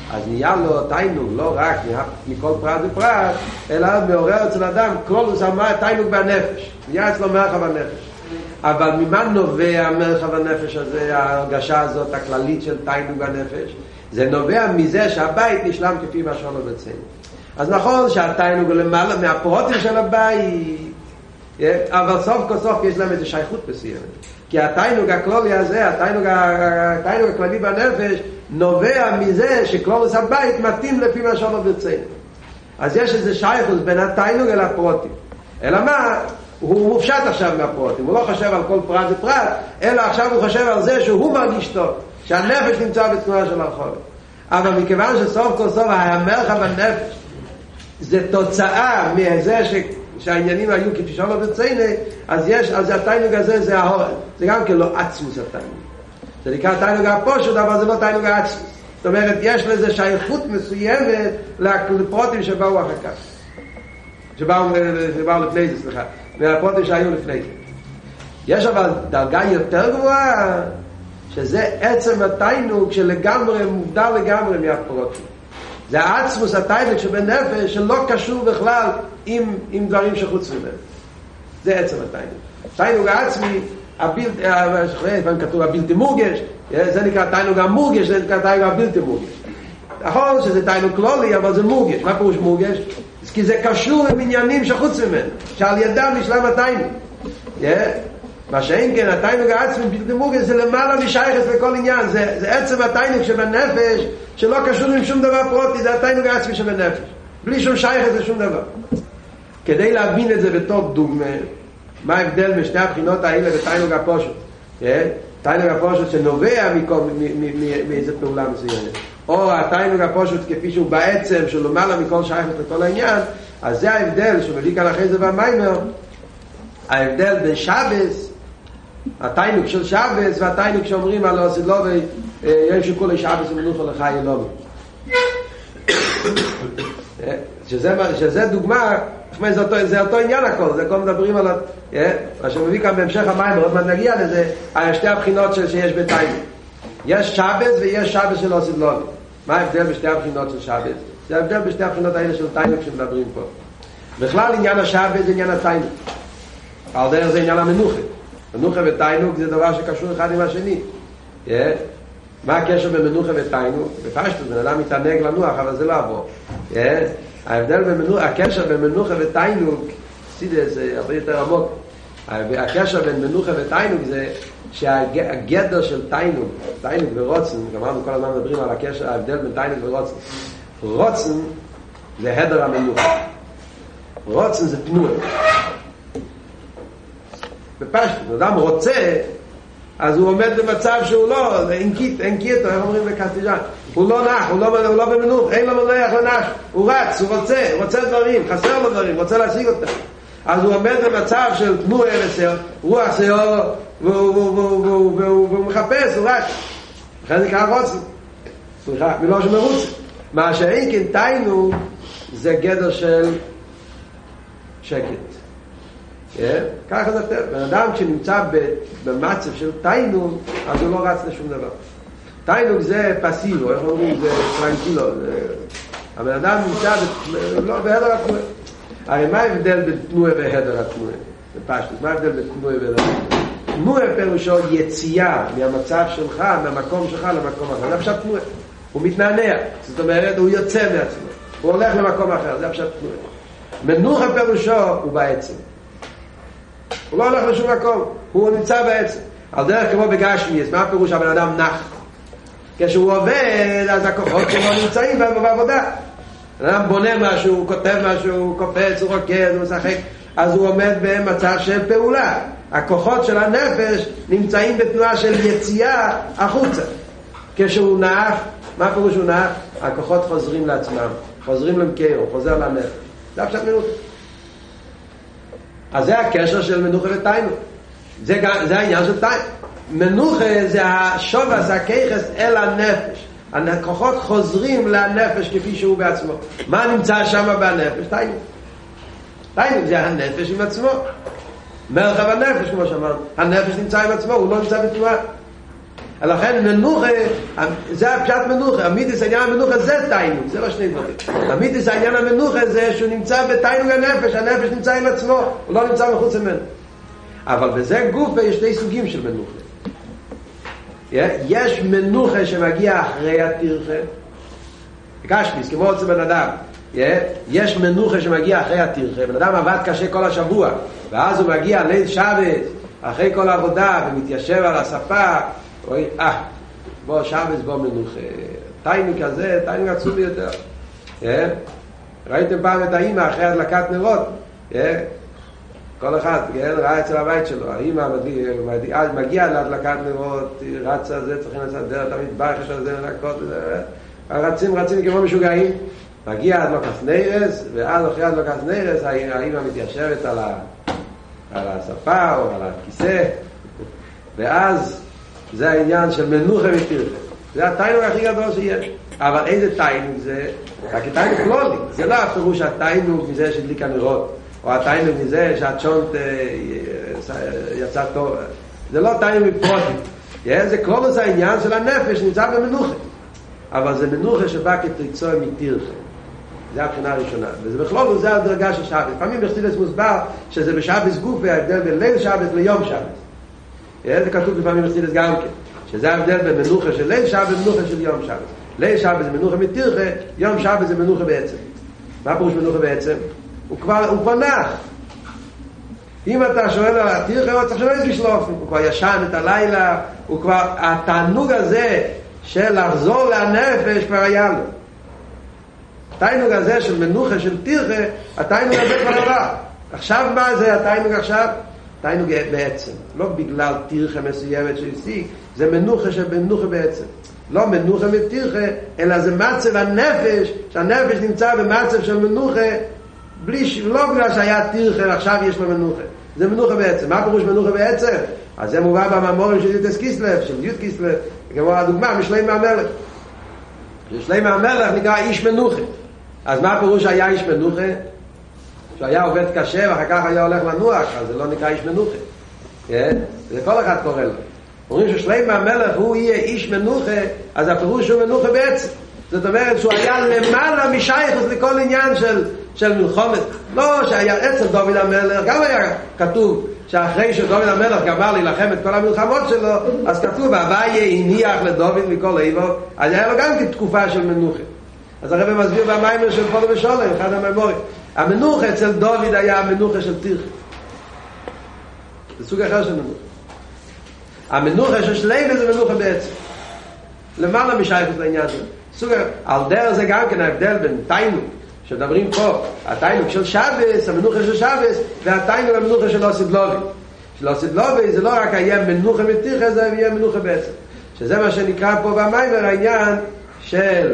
S1: אז נהיה לו תיינוג, לא רק מכל פרט ופרט, אלא מעורר אצל אדם כלולוס תיינוג בנפש, נהיה אצלו מרחב הנפש. אבל ממה נובע מרחב הנפש הזה, ההרגשה הזאת הכללית של תיינוג בנפש? זה נובע מזה שהבית נשלם כפי מה שאומר בצלם. אז נכון שהתיינוג הוא למעלה מהפרוטים של הבית, אבל סוף כל סוף יש להם איזו שייכות מסוימת. כי התיינוג הכללי הזה, התיינוג הכללי בנפש, נובע מזה שכלולוס הבית מתאים לפי מה שאומר בצלם. אז יש איזו שייכות בין התיינוג אל הפרוטים. אלא מה? הוא מופשט עכשיו מהפרוטים, הוא לא חושב על כל פרט ופרט, אלא עכשיו הוא חושב על זה שהוא מרגיש טוב, שהנפש נמצא בתנועה של הרחוב. אבל מכיוון שסוף כל סוף המרחב הנפש זה תוצאה מזה שהעניינים היו כפי שאומר בצלם, אז התיינוג הזה זה ההורד, זה גם כן לא עצמוס התיינוג, זה נקרא תיינוג הפושט, אבל זה לא תיינוג העצמוס. זאת אומרת, יש לזה שייכות מסוימת לפרוטים שבאו אחר כך, שבאו לפני זה, סליחה, מהפרוטים שהיו לפני זה. יש אבל דרגה יותר גבוהה, שזה עצם התיינוג שלגמרי מובדל לגמרי מהפרוטים. זה העצמוס התיינוג שבנפש שלא קשור בכלל עם דברים שחוץ ממנו. זה עצם התיינוג. תיינוג העצמי, לפעמים כתוב הבלתי מורגש, זה נקרא תיינוג המורגש, זה נקרא תיינוג הבלתי מורגש. נכון שזה תיינוג כללי, אבל זה מורגש. מה פירוש מורגש? כי זה קשור עם עניינים שחוץ ממנו, שעל ידם נשלם התיינוג. מה שאין כן, התיינוג העצמי בלתי מורגש זה למעלה משייכת לכל עניין. זה עצם התיינוג שבנפש שלא קשור עם שום דבר פרוטי, זה התיינוג העצמי שבנפש, בלי שום שייכת לשום דבר. כדי להבין את זה בתור דוגמה, מה ההבדל משתי הבחינות האלה בתיינוג הפושט? תיינוג הפושט שנובע מאיזה פעולה מסוימת, או התיינוג הפושט כפי שהוא בעצם שלו למעלה מכל שייכת לכל העניין. אז זה ההבדל שמביא כאן אחרי זה במיימר, ההבדל בין שבס, התיינוג של שבס, והתיינוג שאומרים על הסדלובי יש כולי שבס ומנוחה לחי אלוהים, שזה דוגמה. זה אותו עניין הכל, זה כל מדברים על מה שמביא כאן בהמשך המיימר, עוד מעט נגיע לזה, על שתי הבחינות שיש בתיינוג. יש שבס ויש שבס של הסדלובי. מה ההבדל בשתי הבחינות של שבס? זה ההבדל בשתי הבחינות האלה של תיינוג שמדברים פה. בכלל עניין השבס זה עניין התיינוג, על דרך זה עניין המנוחה. מנוחה ותיינוג זה דבר שקשור אחד עם השני. מה הקשר בין מנוחה ותיינוג? בפשטות, בן אדם מתענג לנוח, אבל זה לא עבור. ההבדל הקשר בין מנוחה ותיינוג, זה הרבה יותר עמוק. הקשר בין מנוחה ותיינוג זה שהגדר של תיינוג ורוצן, אמרנו כל הזמן מדברים על הקשר, ההבדל בין תיינוג ורוצן. רוצן זה הדר המנוחה, רוצן זה תנועה. בפשטות, אדם רוצה, אז הוא עומד במצב שהוא לא, אינקיטו, איך אומרים בקסטיג'אן, הוא לא נח, הוא לא במנוח, אין לו מנוח לנח, הוא רץ, הוא רוצה דברים, חסר לו דברים, רוצה להשיג אותם. אז הוא עומד במצב של תנועה וסיור, רוח סיור, והוא מחפש, הוא רץ. לכן זה נקרא רוצן, סליחה, מלא שמרוץ. מה שאין כן תיינוג זה גדר של שקט. ככה זה טבע. בן אדם כשנמצא במצב של תיינוג, אז הוא לא רץ לשום דבר. תיינוג זה פסיבו, איך אומרים? זה טרנקילו. הבן אדם נמצא בהדר התנועה. הרי מה ההבדל בין תנועה והדר התנועה? בפשטות, מה ההבדל בין תנועה והדר התנועה? תנועה פירושו יציאה מהמצב שלך, מהמקום שלך למקום אחר. זה פשוט תנועה. הוא מתנענע. זאת אומרת, הוא יוצא מעצמו. הוא הולך למקום אחר. זה פשוט תנועה. מנוחה פירושו הוא בעצם. הוא לא הולך לשום מקום, הוא נמצא בעצם. על דרך כמו בגשמי, מה הפירוש הבן אדם נח? כשהוא עובד, אז הכוחות שלו נמצאים בעבודה. בן אדם בונה משהו, הוא כותב משהו, הוא קופץ, הוא רוקד, הוא משחק, אז הוא עומד במצב של פעולה. הכוחות של הנפש נמצאים בתנועה של יציאה החוצה. כשהוא נח, מה הפירוש הוא נח? הכוחות חוזרים לעצמם, חוזרים למקרו, חוזר לנפש. זה פשוט מנוחה. אז זה הקשר של מנוחה ותיינוג. זה העניין של תיינוג. מנוחה זה השובס, הכיחס אל הנפש. הכוחות חוזרים לנפש כפי שהוא בעצמו. מה נמצא שם בנפש? תיינוג. תיינוג זה הנפש עם עצמו. מרחב הנפש, כמו שאמרנו. הנפש נמצא עם עצמו, הוא לא נמצא בתנועה. לכן מנוחה, זה הפשט מנוחה, המיתוס העניין המנוחה זה תיינוג, זה לא שני דברים. המיתוס העניין המנוחה זה שהוא נמצא בתיינוג הנפש, הנפש נמצא עם עצמו, הוא לא נמצא מחוץ ממנו. אבל בזה גופה יש שני סוגים של מנוחה. יש מנוחה שמגיע אחרי התרחה, קשמיס, כמו אצל בן אדם, יש מנוחה שמגיע אחרי התרחה, בן אדם עבד קשה כל השבוע, ואז הוא מגיע ליל שבת, אחרי כל העבודה, ומתיישב על הספה, בוא שבת, בוא מנוחה, תיינוג כזה, תיינוג עצוב ביותר. ראיתם פעם את האמא אחרי הדלקת נרות, כל אחד ראה אצל הבית שלו, האמא מגיעה להדלקת נרות, רצה זה, צריכים לסדר את המטבח, יש על זה לנקות, רצים כמו משוגעים, מגיע הדלוקת נרס, ואז אחרי הדלוקת נרס האמא מתיישבת על הספה או על הכיסא, ואז זה העניין של מנוחה ותרחה. זה התיינוג הכי גדול שיש. אבל איזה תיינוג זה? רק תיינוג כלולי. זה לא הפירוש התיינוג מזה שהדליק הנרות, או התיינוג מזה שהצ'ונט יצא טוב. זה לא תיינוג פרוטי. זה כל זה העניין של הנפש נמצא במנוחה. אבל זה מנוחה שבא כתריצוי מתרחה. זה הבחינה הראשונה. וזה בכלול, זה הדרגה של שבת. לפעמים בחסידות מוסבר שזה בשבת גוף, וההבדל בין ליל שבת ליום שבת. זה כתוב לפעמים בחסידות גם כן. שזה ההבדל בין מנוחה של ליל שבת ומנוחה של יום שבת. ליל שבת זה מנוחה מתרחה, יום שבת זה מנוחה בעצם. מה פירוש מנוחה בעצם? הוא כבר נח. אם אתה שואל על התרחה, הוא צריך שלא ישלוף. הוא כבר ישן את הלילה, הוא כבר, התענוג הזה של לחזור לנפש כבר היה לו. התיינוג הזה של מנוחה של תרחה, התיינוג הזה כבר עבר. עכשיו מה זה התיינוג עכשיו? תיינוג בעצם. לא בגלל תרחה מסוימת שהשיג, זה מנוחה שבמנוחה בעצם. לא מנוחה מתרחה, אלא זה מצב הנפש, שהנפש נמצא במצב של מנוחה, לא בגלל שהיה תרחה ועכשיו יש לו מנוחה. זה מנוחה בעצם. מה פירוש מנוחה בעצם? אז זה מובא במאמרים של יוטס קיסלב, של יוט קיסלב, כמו הדוגמה משלמה המלך. שלמה המלך נקרא איש מנוחה. אז מה הפירוש היה איש מנוחה? שהיה עובד קשה ואחר כך היה הולך לנוח, אז זה לא נקרא איש מנוחה. זה כל אחד קורא לו. אומרים ששלמה המלך הוא יהיה איש מנוחה, אז הפירוש הוא מנוחה בעצם. זאת אומרת שהוא היה למעלה משייכות לכל עניין של מלחמת. לא שהיה אצל דוד המלך, גם היה כתוב שאחרי שדוד המלך גמר להילחם את כל המלחמות שלו, אז כתוב הוויה הניח לדוד מכל איבו, אז היה לו גם תקופה של מנוחה. אז הרב מסביר במיימר של פולו ושולם, אחד המיימורים, המנוחה אצל דוד היה המנוחה של תרחה. זה סוג אחר של מנוחה. המנוחה של שלמה זה מנוחה בעצם. למעלה משייכות לעניין הזה. סוג על דרך זה גם כן ההבדל בין תיינוג שמדברים פה, התיינוג של שבס, המנוחה של שבס, והתיינוג המנוחה של אוסידלובי. של אוסידלובי זה לא רק היה מנוחה מתרחה, זה היה מנוחה בעצם. שזה מה שנקרא פה במיימר העניין של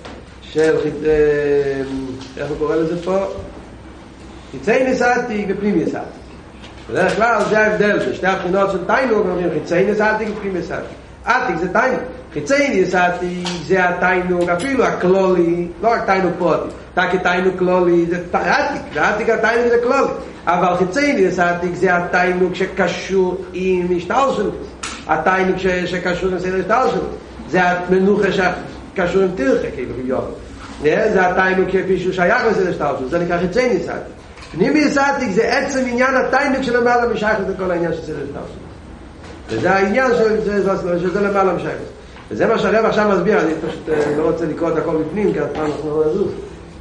S1: איך הוא קורא לזה פה? חיצי נסעתי ופנים נסעתי. בדרך כלל זה ההבדל בשתי הבחינות של תיינוג, אומרים חיצי נסעתי ופנים נסעתי. עתיק זה תיינוג. חיצי נסעתי זה התיינוג, אפילו הכלולי, לא רק תיינוג פרוטי. תקי תיינוג כלולי זה עתיק, ועתיק התיינוג זה כלולי. אבל חיצי נסעתי זה התיינוג שקשור עם השתלשלות. התיינוג שקשור עם סדר השתלשלות. זה המנוחה שקשור עם תרחה, כאילו ביום. זה התיינוג כפי שהוא שייך לסדר השתלשלות. זה נקרא חיצי נסעתי. פנימי נסעתי זה עצם עניין התיינוג של למעלה משייך לכל העניין של סדר השתלשלות. וזה העניין שזה למעלה משייך. וזה מה שהרב עכשיו מסביר, אני פשוט לא רוצה לקרוא את הכל בפנים, כי אף פעם אנחנו לא נזוז.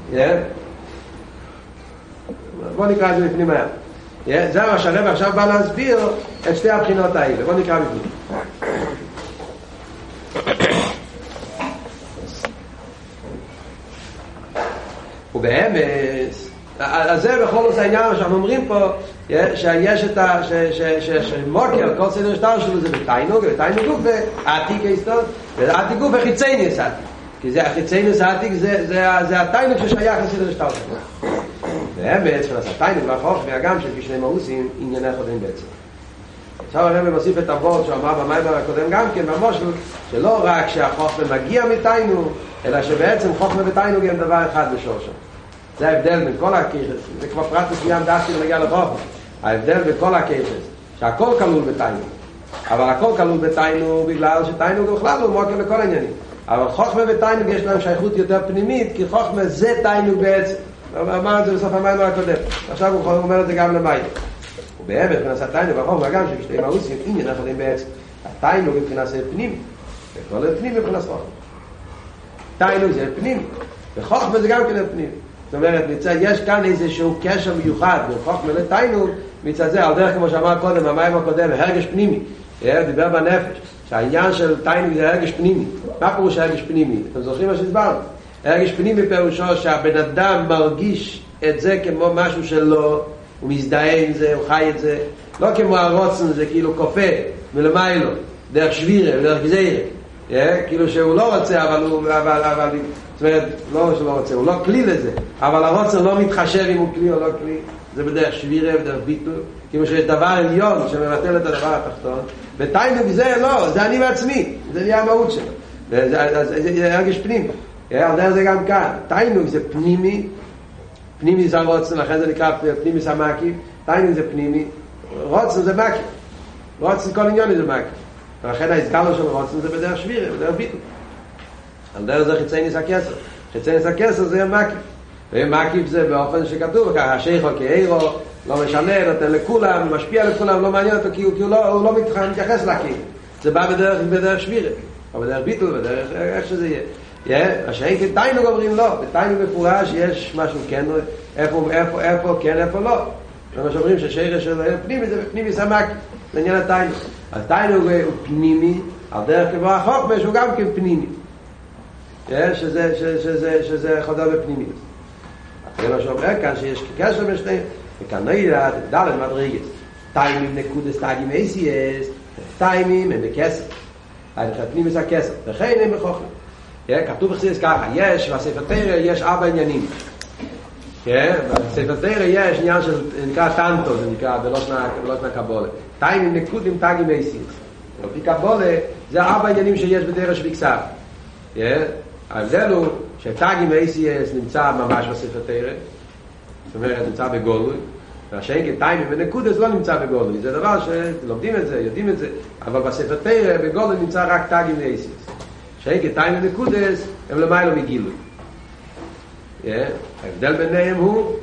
S1: בוא נקרא את זה בפנים מהר. זה מה שהרב עכשיו בא להסביר את שתי הבחינות האלה. בוא נקרא בפנים. ובאמת, אז זה בכל זאת העניין שאנחנו אומרים פה, שיש את שמוקר, כל סדר שטר שלו זה בתיינוג, ותיינוג גוף ועתיק ההיסטוריה, ועתיק גוף וחיצי נסעתי. כי זה החיצי נסעתי, זה התיינוג ששייך לסדר שטר שלו. באמת, שנעשה תיינוג והחוך והגם של כשני מאוסים, ענייני חודם בעצם. עכשיו הרב מוסיף את הוות שהוא אמר במיימר הקודם גם כן, ממש שלא רק שהחוך מגיע מתיינוג, אלא שבעצם חוך ותיינוג הם דבר אחד בשורשם. זה ההבדל בין כל הקייחס, זה כבר פרט מסוים דעתי ונגיע לחוכמה. ההבדל בין כל הקייחס, שהכל כלול בתיינוג. אבל הכל כלול בתיינוג בגלל שתיינוג בכלל הוא מוקר לכל העניינים. אבל חוכמה ותיינוג יש להם שייכות יותר פנימית, כי חוכמה זה תיינוג בעצם. הוא אמר את זה בסוף המים הקודם. עכשיו הוא אומר את זה גם למים. ובאמת, מבחינת התיינוג והחוכמה גם שבשתי מהוסים, עניין אחרים בעצם. התיינוג מבחינת זה פנימי. וכל הפנים מבחינת חוכמה. תיינוג זה פנימי. וחוכמה זה גם כן פנימי. זאת אומרת, יש כאן איזשהו קשר מיוחד בין חוכמה לתיינוג, מצד זה, על דרך כמו שאמר קודם, המים הקודם, הרגש פנימי. דיבר בנפש. שהעניין של תיינוג זה הרגש פנימי. מה פירוש הרגש פנימי? אתם זוכרים מה שהסברנו? הרגש פנימי פירושו שהבן אדם מרגיש את זה כמו משהו שלו, הוא מזדהה עם זה, הוא חי את זה, לא כמו הרוצן, זה כאילו כופה מלמיילו, דרך שבירה, דרך גזירה, כאילו שהוא לא רוצה, אבל זאת אומרת, לא שלא רוצה, הוא לא כלי לזה, אבל הרוצן לא מתחשב אם הוא כלי או לא כלי, זה בדרך שבירה ודרך ביטול, כאילו שיש דבר עליון שמבטל את הדבר התחתון, ותיינוג זה לא, זה אני בעצמי, זה נהיה המהות שלו, זה הרגש פנימי. על דרך זה גם כאן, תיינוג זה פנימי, פנימי זה הרוצן, לכן זה נקרא פנימי זה מקיף, תיינוג זה פנימי, רוצן זה מקיף, רוצן כל עניון זה מקיף, ולכן ההסגלו של רוצן זה בדרך שבירה, בדרך ביטול. על דרך זה חיצי ניס הכסר, חיצי ניס הכסר זה מקיף, ומקיף זה באופן שכתוב, וככה השייכו כאירו, לא משנה, נותן לכולם, משפיע לכולם, לא מעניין אותו, כי הוא לא מתייחס להקים, זה בא בדרך שבירה, או בדרך ביטול, בדרך איך שזה יהיה. השאין כתיינוג אומרים לא, בתיינוג מפורש יש משהו כן, איפה כן, איפה לא. מה שאומרים ששרש של פנימי זה פנימי סמק, זה עניין התיינוג. התיינוג הוא פנימי, על דרך כמו החוכמה שהוא גם כן פנימי. שזה חודר בפנימי. זה מה שאומר כאן שיש קשר בין שניהם, וכאן נראה דלת מדרגת. תיימים נקודס תגים אייסייס, תיימים הם בכסר. פנימי זה הכסר, וכן הם בחוכמה. כתוב בחסידות ככה, יש בספר תורה יש 4 עניינים. בספר תורה יש עניין שנקרא טנטו, זה נקרא בלושנה קבולה. תיימים נקודים תגים אייסייס. לפי קבולה זה 4 עניינים שיש בדרך שבקסר. ההבדל הוא שתגים אייסייס נמצא ממש בספר תורה, זאת אומרת נמצא בגולוי, והשאין כתיימים ונקודס לא נמצא בגולוי. זה דבר שלומדים את זה, יודעים את זה, אבל בספר תורה בגולוי נמצא רק תגים אייסייס. שאין כתיימים ונקודס הם למיילו מגילוי. ההבדל ביניהם הוא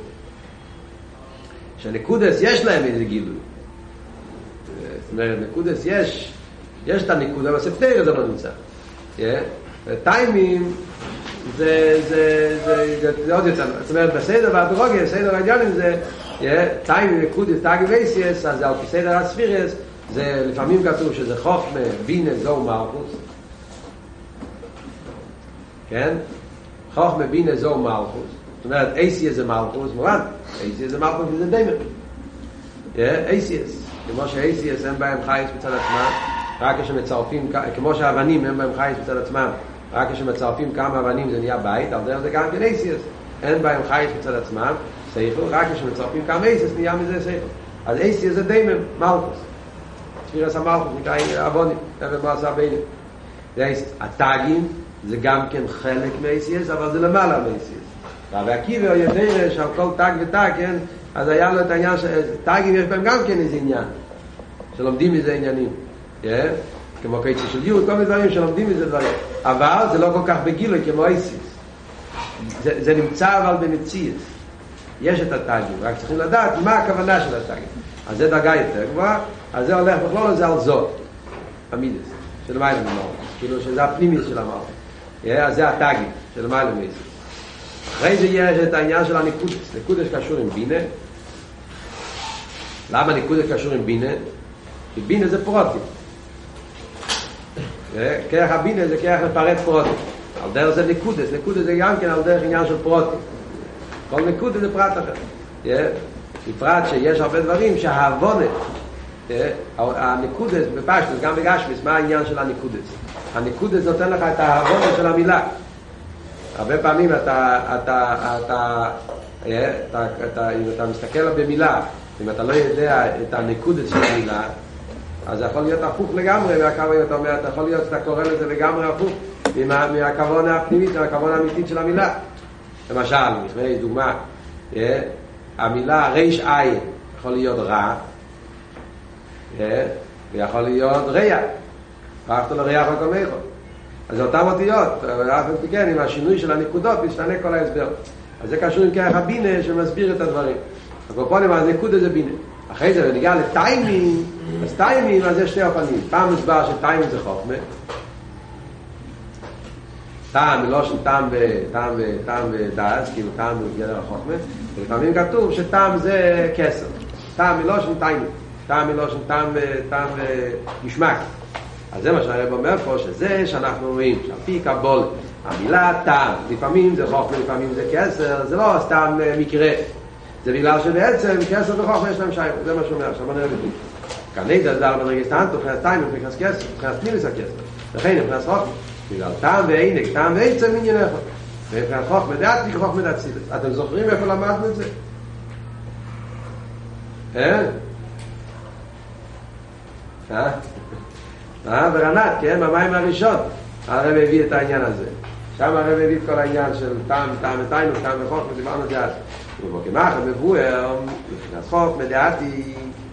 S1: שנקודס יש להם איזה גילוי. זאת אומרת, נקודס יש את הנקודה, בספר תורה זה לא נמצא. טיימים זה עוד יותר, זאת אומרת בסדר והדרוגיה, בסדר העניינים זה טיימים נקודס תגים אייסייס, אז על בסדר הספירס זה לפעמים כתוב שזה חוכמה, בינה, זו מלכוס, כן? חוכמה, בינה, זו מלכוס, זאת אומרת אייסייס זה מלכוס, מובן, אייסייס זה מלכוס וזה דיימר, אייסייס, כמו שאייסייס אין בהם חייס מצד עצמם, רק כשמצרפים, כמו שהאבנים אין בהם חייס מצד עצמם, רק כשמצרפים כמה אבנים זה נהיה בית, על דרך זה גם כן אייסייס, אין בהם חייס מצד עצמם, סייכל, רק כשמצרפים כמה אייסייס נהיה מזה סייכל. אז אייסייס זה דיימר, מלכוס, ספירס המלכוס, נקרא אבונים, אבן מעשה בינים. התגים זה גם כן חלק מאייסייס, אבל זה למעלה מאייסייס. רבי עקיבא יודע שעל כל תג ותג, כן, אז היה לו את העניין שתגים יש בהם גם כן איזה עניין, שלומדים מזה עניינים. כמו קיצה של יוד, כל מיני דברים שלומדים מזה דברים, אבל זה לא כל כך בגילוי כמו אייסייס. זה נמצא אבל במציאות. יש את התגים, רק צריכים לדעת מה הכוונה של התגים. אז זה דרגה יותר גבוהה, אז זה הולך בכלול זה על זאת המידס של מיילה ממור, כאילו שזה הפנימית של המור. אז זה התגים של מיילה מייסס. אחרי זה יש את העניין של הניקודס. ניקודס קשור עם בינה. למה ניקודס קשור עם בינה? כי בינה זה פרוטים. כרך הבינה זה כרך לפרט פרוטים. על דרך זה ניקודס. ניקודס זה גם כן על דרך עניין של פרוטים. כל ניקודס זה פרט אחר. בפרט שיש הרבה דברים שההבונה, הניקודס בפשטוס, גם בגשמיס, מה העניין של הניקודס? הניקודס נותן לך את ההבונה של המילה. הרבה פעמים אם אתה מסתכל במילה, אם אתה לא יודע את הניקודס של המילה, אז זה יכול להיות הפוך לגמרי, אתה יכול להיות שאתה קורא לזה לגמרי הפוך מהכוונה הפנימית, מהכוונה האמיתית של המילה. למשל, לפני דוגמה, המילה ריש עין יכול להיות רע, ויכול להיות ריח. הפכת לו ריח הקומייכו. אז זה אותם אותיות, אף כן, עם השינוי של הנקודות, משתנה כל ההסבר. אז זה קשור עם כרך הבינה שמסביר את הדברים. הקופונים, הנקודה זה בינה. אחרי זה, ונגיע לטיימים, אז טיימים, אז יש שתי אופנים. פעם מסבר שטיימים זה חוכמה. טעם, לא של טעם ודעת, כאילו טעם בגדר החוכמה. ולפעמים כתוב שטעם זה כסר. טעם לא של טיימים. טעם לא של טעם משמק. אז זה מה שהרב אומר פה, שזה שאנחנו רואים, שעל פי קבול, המילה טעם, לפעמים זה חוכמה, לפעמים זה כסר, זה לא סתם מקרה. זה בגלל שבעצם כסר וחוכמה יש להם שייך, זה מה שאומר, עכשיו נראה בדיוק. כנית זה דבר בנרגסטנטו, מבחינת טעם, מבחינת כסר, מבחינת פנימיס הכסר. לכן מבחינת חוכמה, בגלל טעם ועינק, טעם ועצם עניינך. מבחינת חוכמה דעתי כחוכמה דעצילת. אתם זוכרים איפה למדנו את זה? ברנת, כן? במים הראשון הרב הביא את העניין הזה. שם הרב הביא את כל העניין של טעם ותיינו, טעם וחוכמה, דיברנו את זה אז. ובכמח המבואר, מבחינת חוכמה דעתי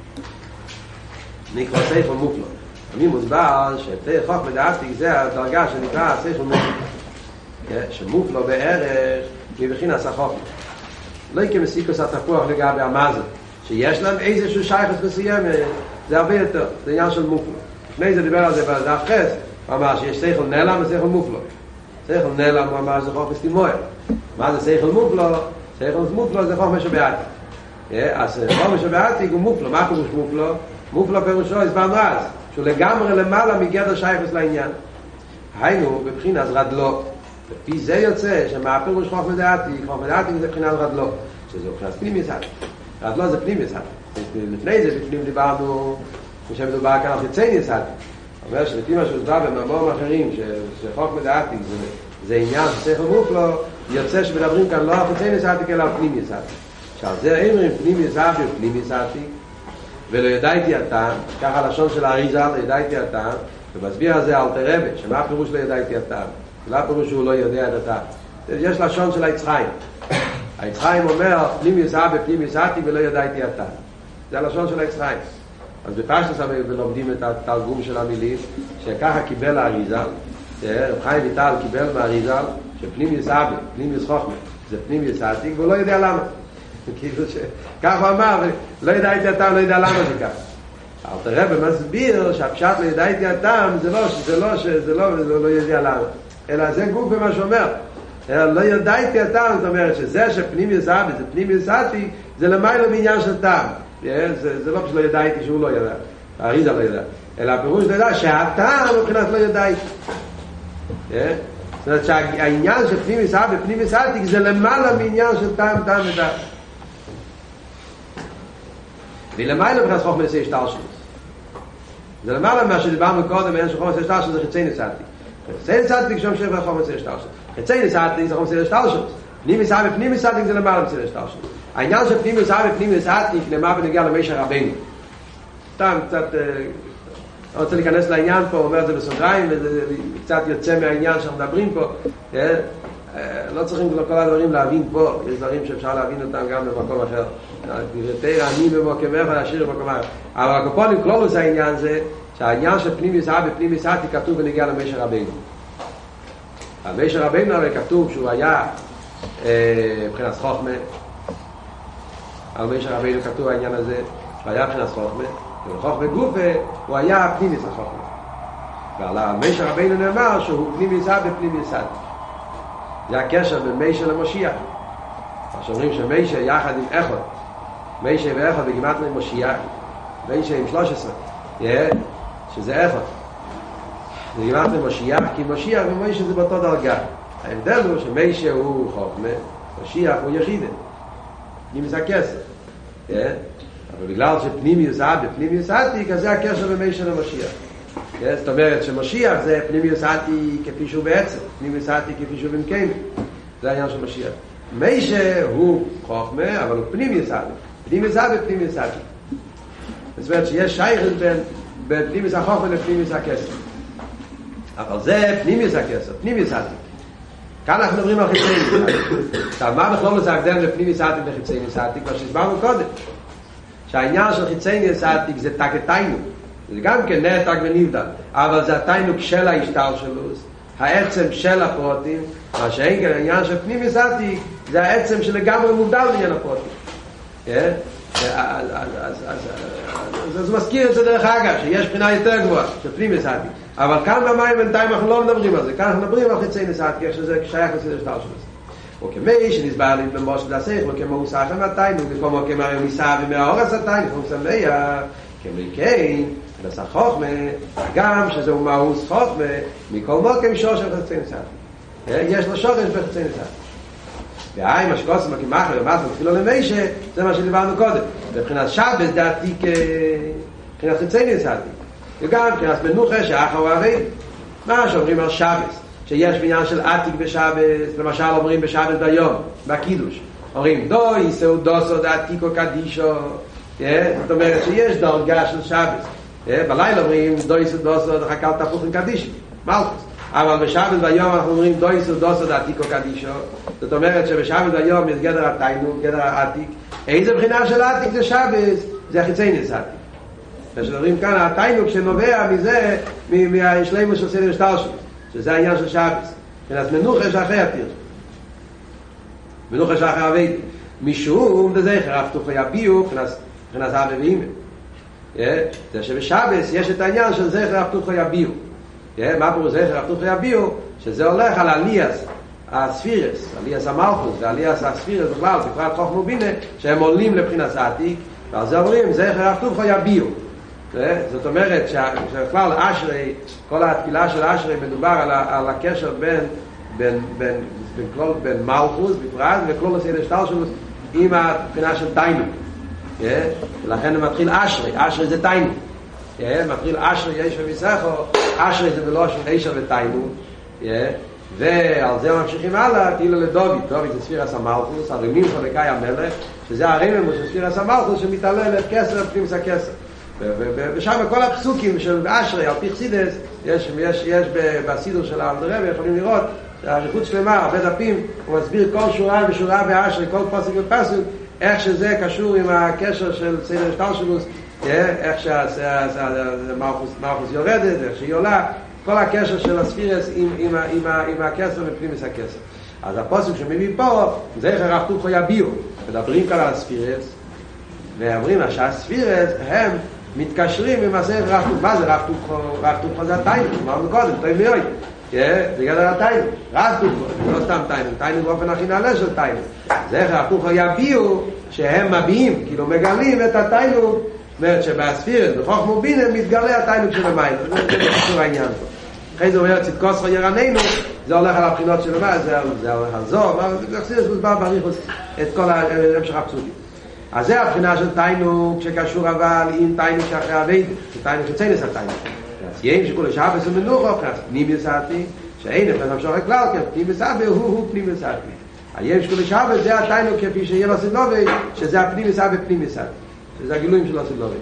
S1: נקרא סייכל מופלו. אני מוסבר שחוכמה דעתי זה הדרגה שנקרא סייכל מופלו. שמופלו בערך מבחינת החוכמה. לא כמסיקוס התפוח לגבי המזל, שיש להם איזשהו שייכות מסוים, זה הרבה יותר, זה עניין של מופלו. לפני זה דיבר על זה בדף חס, הוא אמר שיש שכל נעלם ושכל מופלו. שכל נעלם הוא אמר שזה חוכמה סתימויה. מה זה שכל מופלו? שכל מופלו זה חוכמה שבעתיק. אז חוכמה שבעתיק הוא מופלו. מה פירוש מופלו? מופלו פירושו, הסברנו אז, שהוא לגמרי למעלה מגדר שייכות לעניין. היינו בבחינת רדלו. לפי זה יוצא שמה פירוש חוכמה דעתיק? חוכמה דעתיק זה בחינת רדלו, שזה בחינת פנימיוס הדק. רדלו זה פנימיוס הדק. לפני זה בפנים דיברנו כשמדובר כאן על חיצייניוס הדק. אומר שלפי מה שהוסבר במאמרים אחרים שחוכמה דעתיק זה עניין ששכל מופלו, יוצא שמדברים כאן לא על חיצייניוס הדק אלא על פנימיוס הדק. עכשיו זה אומרים פנימיוס הדק ופנימיוס הדק ולא ידעתי הטעם, ככה הלשון של האריזה, לא ידעתי הטעם, ומסביר על זה אלתר רבי, שמה הפירוש לא ידעתי הטעם? לא הפירוש שהוא לא יודע את הטעם. יש לשון של היצחיים. היצחיים אומר פנימיוס הדק ופנימיוס הדק ולא ידעתי הטעם. זה הלשון של היצחיים. אז בפשטוס לומדים את התרגום של המילים, שככה קיבל האריזה, רב חיים ויטל קיבל מהאריזה, שפנימיוס הדק, פנימיוס חוכמה, זה פנימיוס הדק, והוא לא יודע למה. כאילו שכך הוא אמר, לא ידעתי הטעם, לא יודע למה זה כך. אלתר רבי מסביר שהפשט לא ידעתי הטעם, זה לא יודע למה. אלא זה גוף במה שאומר. לא ידעתי הטעם, זאת אומרת שזה שפנימיוס הדק, זה פנימיוס הדק, זה למעלה בעניין של טעם. זה לא פשוט לא ידעתי שהוא לא ידע. האריזה לא ידע. אלא הפירוש לא ידע שהטעם מבחינת לא ידעתי. זאת אומרת שהעניין של פנימיוס הדק ופנימיוס הדק זה למעלה מעניין של טעם ודעת. ולמעלה מבחינת חוכמה זה השתלשלות. זה למעלה מה שדיברנו קודם, אין שחוכמה זה השתלשלות, זה חיצייניוס הדק. חיצייניוס הדק שם שחוכמה חוכמה זה השתלשלות. חיצייניוס הדק זה חוכמה זה השתלשלות. פנימיוס הדק ופנימיוס הדק זה למעלה מזה השתלשלות. העניין של פנימיוס הדק ופנימיוס הדק נאמר בנגיע למשה רבנו. סתם קצת אני רוצה להיכנס לעניין פה, אומר את זה בסוגריים, וזה קצת יוצא מהעניין שאנחנו מדברים פה. לא צריכים כל הדברים להבין פה, יש דברים שאפשר להבין אותם גם במקום אחר. תראה, אני במקומך להשאיר במקום אחר. אבל הקופונים כלולוס העניין זה, שהעניין של פנימיוס הדק ופנימיוס הדק כתוב בנגיע למשה רבנו. המשה רבנו הרי כתוב שהוא היה מבחינת חוכמה. על משה רבנו כתוב העניין הזה, שהוא היה מבחינת חוכמה. ובחוכמה גופה הוא היה פנימיוס החוכמה. ועל משה רבנו נאמר שהוא פנימיוס הדק ופנימיוס הדק. זה הקשר בין משה למשיח. שאומרים שמשה יחד עם אחד, משה ואחד בגימטריה משיח, משה עם 13, שזה אחד. זה גימטריה משיח, כי משיח ומשה זה באותו דרגה. ההבדל הוא שמשה הוא חוכמה, משיח הוא יחידה. פנימיוס הכסר. אבל בגלל שפנימיוס הדק ופנימיוס הדק, אז זה הקשר בין משה למשיח. זאת אומרת שמשיח זה פנימיוס הדק כפי שהוא בעצם, פנימיוס הדק כפי שהוא במקיים. זה העניין של משיח. משה הוא חוכמה, אבל הוא פנימיוס הדק. פנימיוס הדק ופנימיוס הדק. זאת אומרת שיש שייכות בין פנימיוס החוכמה לפנימיוס הכסר. אבל זה פנימיוס הכסר, פנימיוס הדק. כאן אנחנו מדברים על חיצייניוס הדק. עכשיו מה בכלול זה ההבדל לפנימיוס הדק וחיצייניוס הדק? מה שהסברנו קודם. שהעניין של חיצייניוס הדק זה תקתיינו. זה גם כן נעתק ונבדל, אבל זה התיינוק של ההשתלשלות, העצם של הפרוטים, מה שאין כן העניין של פנימיוס עתיק, זה העצם שלגמרי מובדל בעניין הפרוטים. אז הוא מזכיר את זה דרך אגב, שיש בחינה יותר גבוהה של פנימיוס עתיק, אבל כאן במים בינתיים אנחנו לא מדברים על זה, כאן אנחנו מדברים על חיצייניוס עתיק, שזה שייך לסדר השתלשלות. וכמי שנסבר לי במושל השכל, כמו הוא סחם התיינו, וכמו כמו הרמיסה ומהאורס התיינו, כמו סמיה, כמי כן, בסך חוכמה, גם שזהו מהוס חוכמה, מכל מוקם שורש של חיצייניוס עתיק. יש לו שורש בחיצייניוס עתיק. והאי מה שקוסם הכמחר למטה מתחילו למיישה, זה מה שדיברנו קודם. מבחינת שבס זה עתיק, מבחינת חיצייניוס עתיק. וגם מבחינת מנוחה שאחר הוא הרי, מה שאומרים על שבס. שיש בעניין של עתיק בשבס, למשל אומרים בשבס ביום, בקידוש, אומרים דוי סעודוסו דעתיקו קדישו, זאת אומרת שיש דרגה של שבס, בלילה אומרים דוי סעודוסו דחקל תפוחים קדישו, מלכוס, אבל בשבס ביום אנחנו אומרים דוי סעודוסו דעתיקו קדישו, זאת אומרת שבשבס ביום יש גדר התיינוק, גדר העתיק, איזה בחינה של עתיק זה שבס? זה חיצייניוס עתיק. ושאומרים כאן התיינוק שנובע מזה, מהשלימוס של סדר השתלשלות, שזה העניין של שבס. אז מנוחה שאחרי התיר, מנוחה שאחרי הבית, משום דזכר הפתוחו יביאו מבחינת אבא ואמא. זה שבשבס יש את העניין של זכר הפתוחו יביאו. מה פירוש זכר הפתוחו יביאו? שזה הולך על עליאס הספירס, עליאס המלכוס ועליאס הספירס בכלל, בפרט חוכמה ובינה, שהם עולים לבחינת עתיק, ועל זה אומרים זכר הפתוחו יביאו. זאת אומרת שבכלל אשרי, כל התפילה של אשרי מדובר על הקשר בין מלכוס בפרט וכלול הסדר השתלשלות עם הבחינה של תיינוק. ולכן הוא מתחיל אשרי, אשרי זה תיינוק. מתחיל אשרי יש ומסכו, אשרי זה בלושן אישר ותיינוק. ועל זה ממשיכים הלאה, כאילו לדובי, דובי זה ספירס המלכוס, הרימים חלקי המלך, שזה הרימים של ספירס המלכוס שמתעלל את כסר פנימוס הכסר. ושם כל הפסוקים של אשרי על פי חסידס יש בסידור של הרב יכולים לראות שהאריכות שלמה, הרבה דפים, הוא מסביר כל שורה ושורה באשרי, כל פסוק ופסוק, איך שזה קשור עם הקשר של סדר השתלשלות, איך שהמלכוס יורדת, איך שהיא עולה, כל הקשר של הספירס עם הכסר ופנימוס הכסר. אז הפסוק שמביא פה, זכר הפתוחו יביאו, מדברים כאן על הספירס ואומרים שהספירס הם מתקשרים עם הספר רב טוב. מה זה רב טוב? רב טוב זה התיינוק, אמרנו קודם, טוב מאוד, זה גדר התיינוק, רב טוב, לא סתם תיינוק, תיינוק באופן הכי נעלה של תיינוק. זה רב טוב יביאו שהם מביאים, כאילו מגלים את התיינוק, זאת אומרת שבספירס, בחוכמה ובינה, מתגלה התיינוק של המים. זה חשוב העניין פה. אחרי זה אומר צדקוס ירננו, זה הולך על הבחינות של המים, זה הולך על זו, זה חסידס מוסבר בריחוס את כל המשך הפסוקים. אז זה הבחינה של תיינוק שקשור אבל עם תיינוק שאחרי הבית, זה תיינוק שציינס התיינוק. אז יש שכול שבס ומנוחה, פנימיוס עתיק, שאין אפשר למשוך הכלל, כי פנימיוס עתיק הוא פנימיוס עתיק. יש שכול שבס זה התיינוק כפי שיהיה לו סדלובי, שזה הפנימיוס עתיק ופנימיוס עתיק, שזה הגילויים של הסדלובי.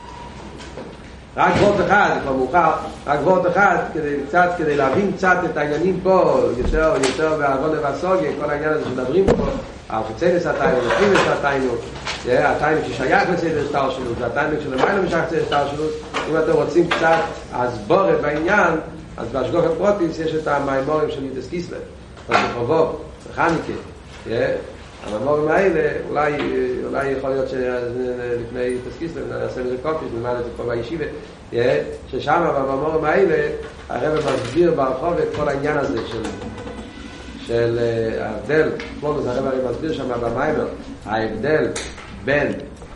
S1: רק וורט אחד, זה כבר מאוחר, רק וורט אחד, כדי להבין קצת את העניינים פה, יותר בעבודה והסוגיה, כל העניין הזה שמדברים פה, על חיצייניוס התיינוק, פנימיוס התיינוק, התיינוק ששייך לסדר השתלשלות, זה התיינוק שלמעלה משייך לסדר השתלשלות. אם אתם רוצים קצת הסבורת בעניין, אז בהשגוח הפרוטיס יש את המיימורים של יהודס קיסלב, בחובוב, בחניקה. המיימורים האלה, אולי יכול להיות שלפני יהודס קיסלב נעשה מזה קופי, נלמד את זה פה בישיבה, ששם במיימורים האלה הרב מסביר ברחוב את כל העניין הזה של ההבדל, כמו זה הרב מסביר שם במיימר, ההבדל בין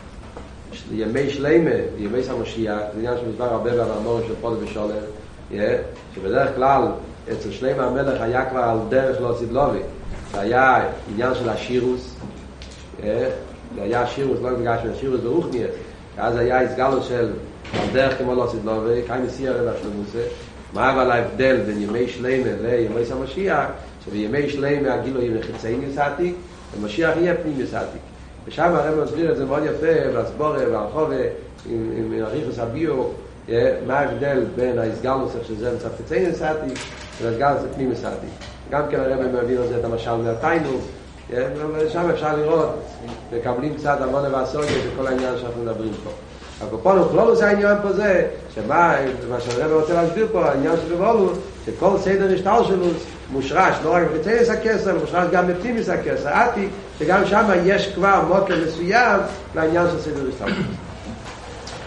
S1: ימי שלמה וימי המשיח, זה עניין שמסבר הרבה במאמרים של פול ושולם, שבדרך כלל אצל שלמה המלך היה כבר על דרך לא סדלובי, זה היה עניין של השירוס, זה היה שירוס, לא בגלל של השירוס ברוחניאס, אז היה הסגלות של על דרך כמו לא סדלובי, כאי מסיע רבע שלמוסה. מה אבל ההבדל בין ימי שלמה לימי המשיח? שבימי שלמה הגילו יהיה חיצייניוס עתיק, ומשיח יהיה פנימיוס עתיק. ושם הרב מסביר את זה מאוד יפה, והסבורה והרחובה, עם הריחוס הביו, מה ההבדל בין ההסגלוס שזה מצב חיצייניוס עתיק, והסגלוס פנימיוס עתיק. גם כן הרב מביא את זה את המשל מהתיינוק, ושם אפשר לראות, מקבלים קצת עבודה והסוגיה של כל העניין שאנחנו מדברים פה. הקופון וכלולוס העניין פה זה, מה שהרב רוצה להסביר פה, העניין של בבולו, שכל סדר השטל שלו מושרש, לא רק בחיצייס הכסר, מושרש גם בפנימיס הכסר, עתיק, שגם שם יש כבר מוקר מסוים לעניין של סדר השטל.